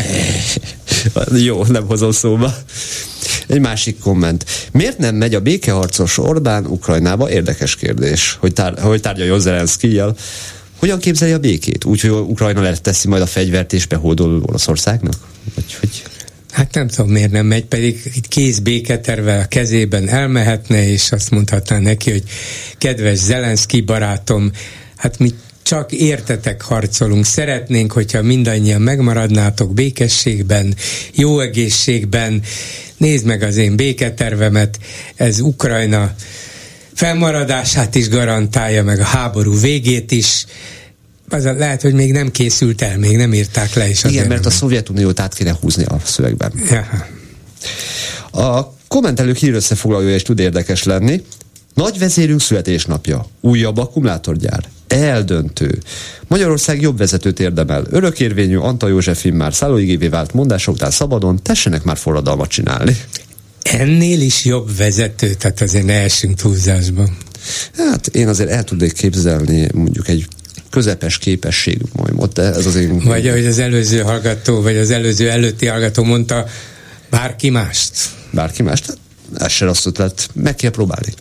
Jó, nem hozom szóba. Egy másik komment. Miért nem megy a békeharcos Orbán Ukrajnába? Érdekes kérdés, hogy, tár- hogy tárgyaljon Zelenszkijjel. Hogyan képzeli a békét? Úgy, hogy Ukrajna leteszi majd a fegyvert és behódol Oroszországnak? Vagy hogy... Hát nem tudom, miért nem megy, pedig itt kész béketervel a kezében elmehetne, és azt mondhatná neki, hogy kedves Zelenszky barátom, hát mi csak értetek harcolunk. Szeretnénk, hogyha mindannyian megmaradnátok békességben, jó egészségben. Nézd meg az én béketervemet, ez Ukrajna fennmaradását is garantálja, meg a háború végét is. Az a, lehet, hogy még nem készült el, még nem írták le is. Igen, mert a Szovjetuniót át kéne húzni a szövegben. Ja. A kommentelők hírösszefoglalója is tud érdekes lenni. Nagy vezérünk születésnapja, újabb akkumulátorgyár, eldöntő. Magyarország jobb vezetőt érdemel. Örökérvényű Antal József immár szállóigévé vált mondása után szabadon, tessenek már forradalmat csinálni. Ennél is jobb vezető, tehát azért ne essünk túlzásban. Hát én azért el tudnék képzelni mondjuk egy közepes képességű majmot, de ez az én... Vagy ahogy az előző hallgató, vagy az előző előtti hallgató mondta, bárki mást. Bárki mást? Ez se rossz ötlet, meg kell próbálni.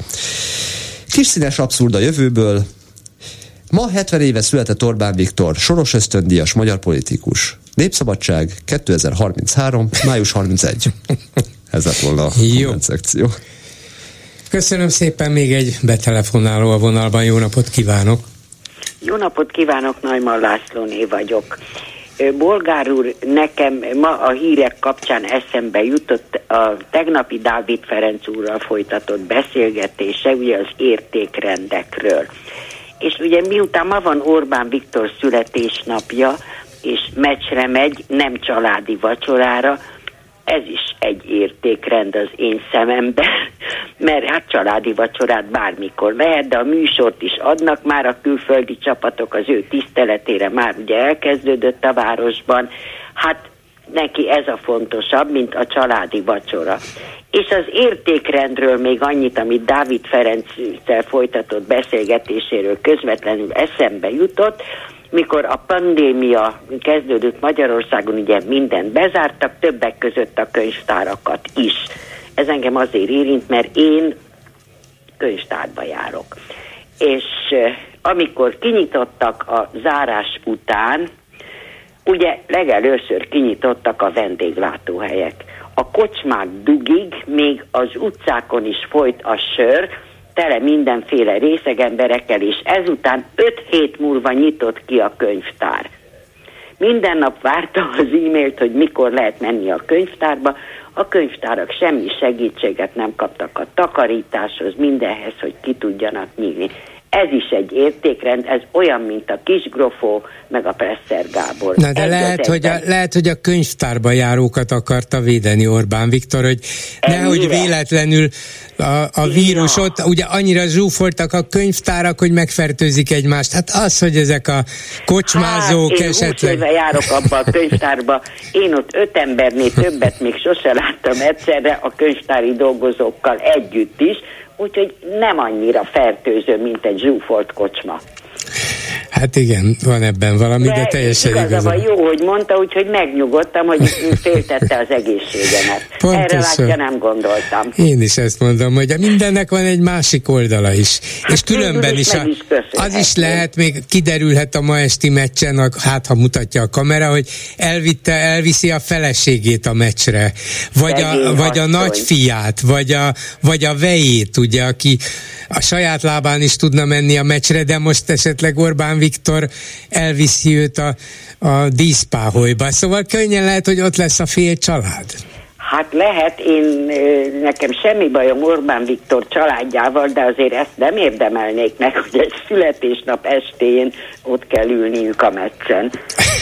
Kis színes abszurd a jövőből. Ma hetven éve született Orbán Viktor, soros ösztöndíjas magyar politikus. Népszabadság kétezer-harminchárom. május harmincegy. Ez lett volna a komment szekció. Köszönöm szépen, még egy betelefonáló a vonalban. Jó napot kívánok! Jó napot kívánok, Neumann Lászlóné vagyok. Bolgár úr, nekem ma a hírek kapcsán eszembe jutott a tegnapi Dávid Ferenc úrral folytatott beszélgetése, ugye az értékrendekről. És ugye miután ma van Orbán Viktor születésnapja, és meccsre megy, nem családi vacsorára, ez is egy értékrend az én szememben, mert hát családi vacsorát bármikor lehet, de a műsort is adnak már a külföldi csapatok, az ő tiszteletére már ugye elkezdődött a városban, hát neki ez a fontosabb, mint a családi vacsora. És az értékrendről még annyit, amit Dávid Ferenccel folytatott beszélgetéséről közvetlenül eszembe jutott, mikor a pandémia kezdődött Magyarországon, ugye mindent bezártak, többek között a könyvtárakat is. Ez engem azért érint, mert én könyvtárba járok. És amikor kinyitottak a zárás után, ugye legelőször kinyitottak a vendéglátóhelyek. A kocsmák dugig, még az utcákon is folyt a sör, tele mindenféle részeg emberekkel, és ezután öt hét múlva nyitott ki a könyvtár. Minden nap vártam az e-mailt, hogy mikor lehet menni a könyvtárba. A könyvtárak semmi segítséget nem kaptak a takarításhoz, mindenhez, hogy ki tudjanak nyílni. Ez is egy értékrend, ez olyan, mint a Kisgrofó, meg a Presser Gábor. Na de lehet hogy, a, lehet, hogy a könyvtárba járókat akarta védeni Orbán Viktor, hogy nehogy véletlenül a, a vírus ja. ott, ugye annyira zsúfoltak a könyvtárak, hogy megfertőzik egymást. Hát az, hogy ezek a kocsmázók hát, én esetleg... én húsz éve járok abba a könyvtárba, én ott öt embernél többet még sose láttam egyszerre a könyvtári dolgozókkal együtt is, úgyhogy nem annyira fertőző, mint egy zsúfolt kocsma. Hát igen, van ebben valami, de, de teljesen igaza. Igaza van, jó, hogy mondta, úgyhogy megnyugodtam, hogy féltette az egészségemet. Pontosan. Erre látja, nem gondoltam. Én is ezt mondom, hogy mindennek van egy másik oldala is. Hát és különben is, a, is az is lehet, még kiderülhet a ma esti meccsen, hát ha mutatja a kamera, hogy elvitte, elviszi a feleségét a meccsre, vagy a, vagy a nagyfiát, vagy a, vagy a vejét, ugye, aki a saját lábán is tudna menni a meccsre, de most esetleg Orbán Viktor elviszi őt a, a díszpáholyba. Szóval könnyen lehet, hogy ott lesz a fél család. Hát lehet, én, nekem semmi bajom Orbán Viktor családjával, de azért ezt nem érdemelnék meg, hogy egy születésnap estén ott kell ülniük a meccsen.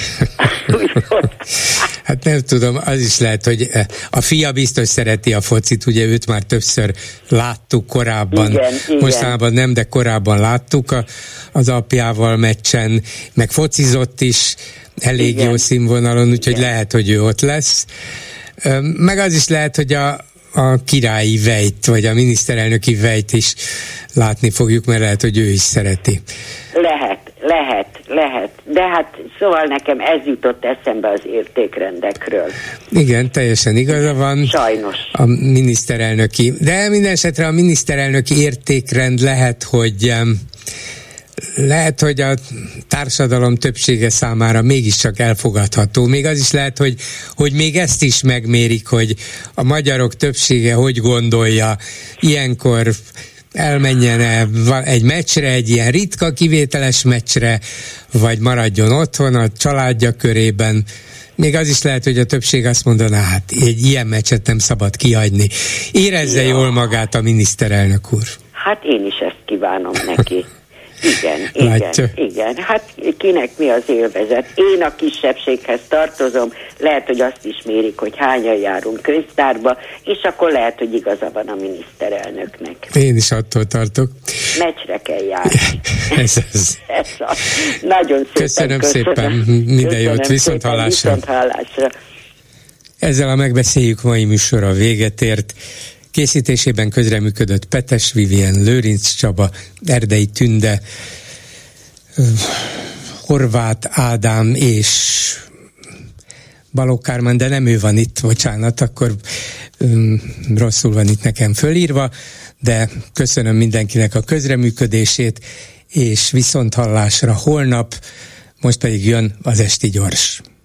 Hát nem tudom, az is lehet, hogy a fia biztos szereti a focit, ugye őt már többször láttuk korábban, igen, mostanában nem, de korábban láttuk a, az apjával meccsen, meg focizott is elég igen. jó színvonalon, úgyhogy igen. lehet, hogy ő ott lesz. Meg az is lehet, hogy a, a királyi vejt, vagy a miniszterelnöki vejt is látni fogjuk, mert lehet, hogy ő is szereti. Lehet, lehet, lehet. De hát szóval nekem ez jutott eszembe az értékrendekről. Igen, teljesen igaza van. Sajnos. A miniszterelnöki, de minden esetre a miniszterelnöki értékrend lehet, hogy lehet, hogy a társadalom többsége számára mégiscsak elfogadható. Még az is lehet, hogy, hogy még ezt is megmérik, hogy a magyarok többsége hogy gondolja, ilyenkor elmenjen egy meccsre, egy ilyen ritka kivételes meccsre, vagy maradjon otthon a családja körében. Még az is lehet, hogy a többség azt mondaná, hát egy ilyen meccset nem szabad kihagyni. Érezze ja. jól magát a miniszterelnök úr. Hát én is ezt kívánom neki. Igen, igen, Látja. igen. Hát kinek mi az élvezet? Én a kisebbséghez tartozom, lehet, hogy azt is mérik, hogy hányan járunk könyvtárba, és akkor lehet, hogy igaza van a miniszterelnöknek. Én is attól tartok. Meccsre kell járni. Ez az. Ez az. Nagyon szépen köszönöm. Köszönöm szépen, minden jót, viszont hallásra. Viszont hallásra. Ezzel a megbeszéljük mai műsora véget ért. Készítésében közreműködött Petes Vivien, Lőrinc Csaba, Erdei Tünde, Horváth Ádám és Balogh Kármán, de nem ő van itt, bocsánat, akkor um, rosszul van itt nekem fölírva, de köszönöm mindenkinek a közreműködését, és viszont hallásra holnap, most pedig jön az Esti Gyors.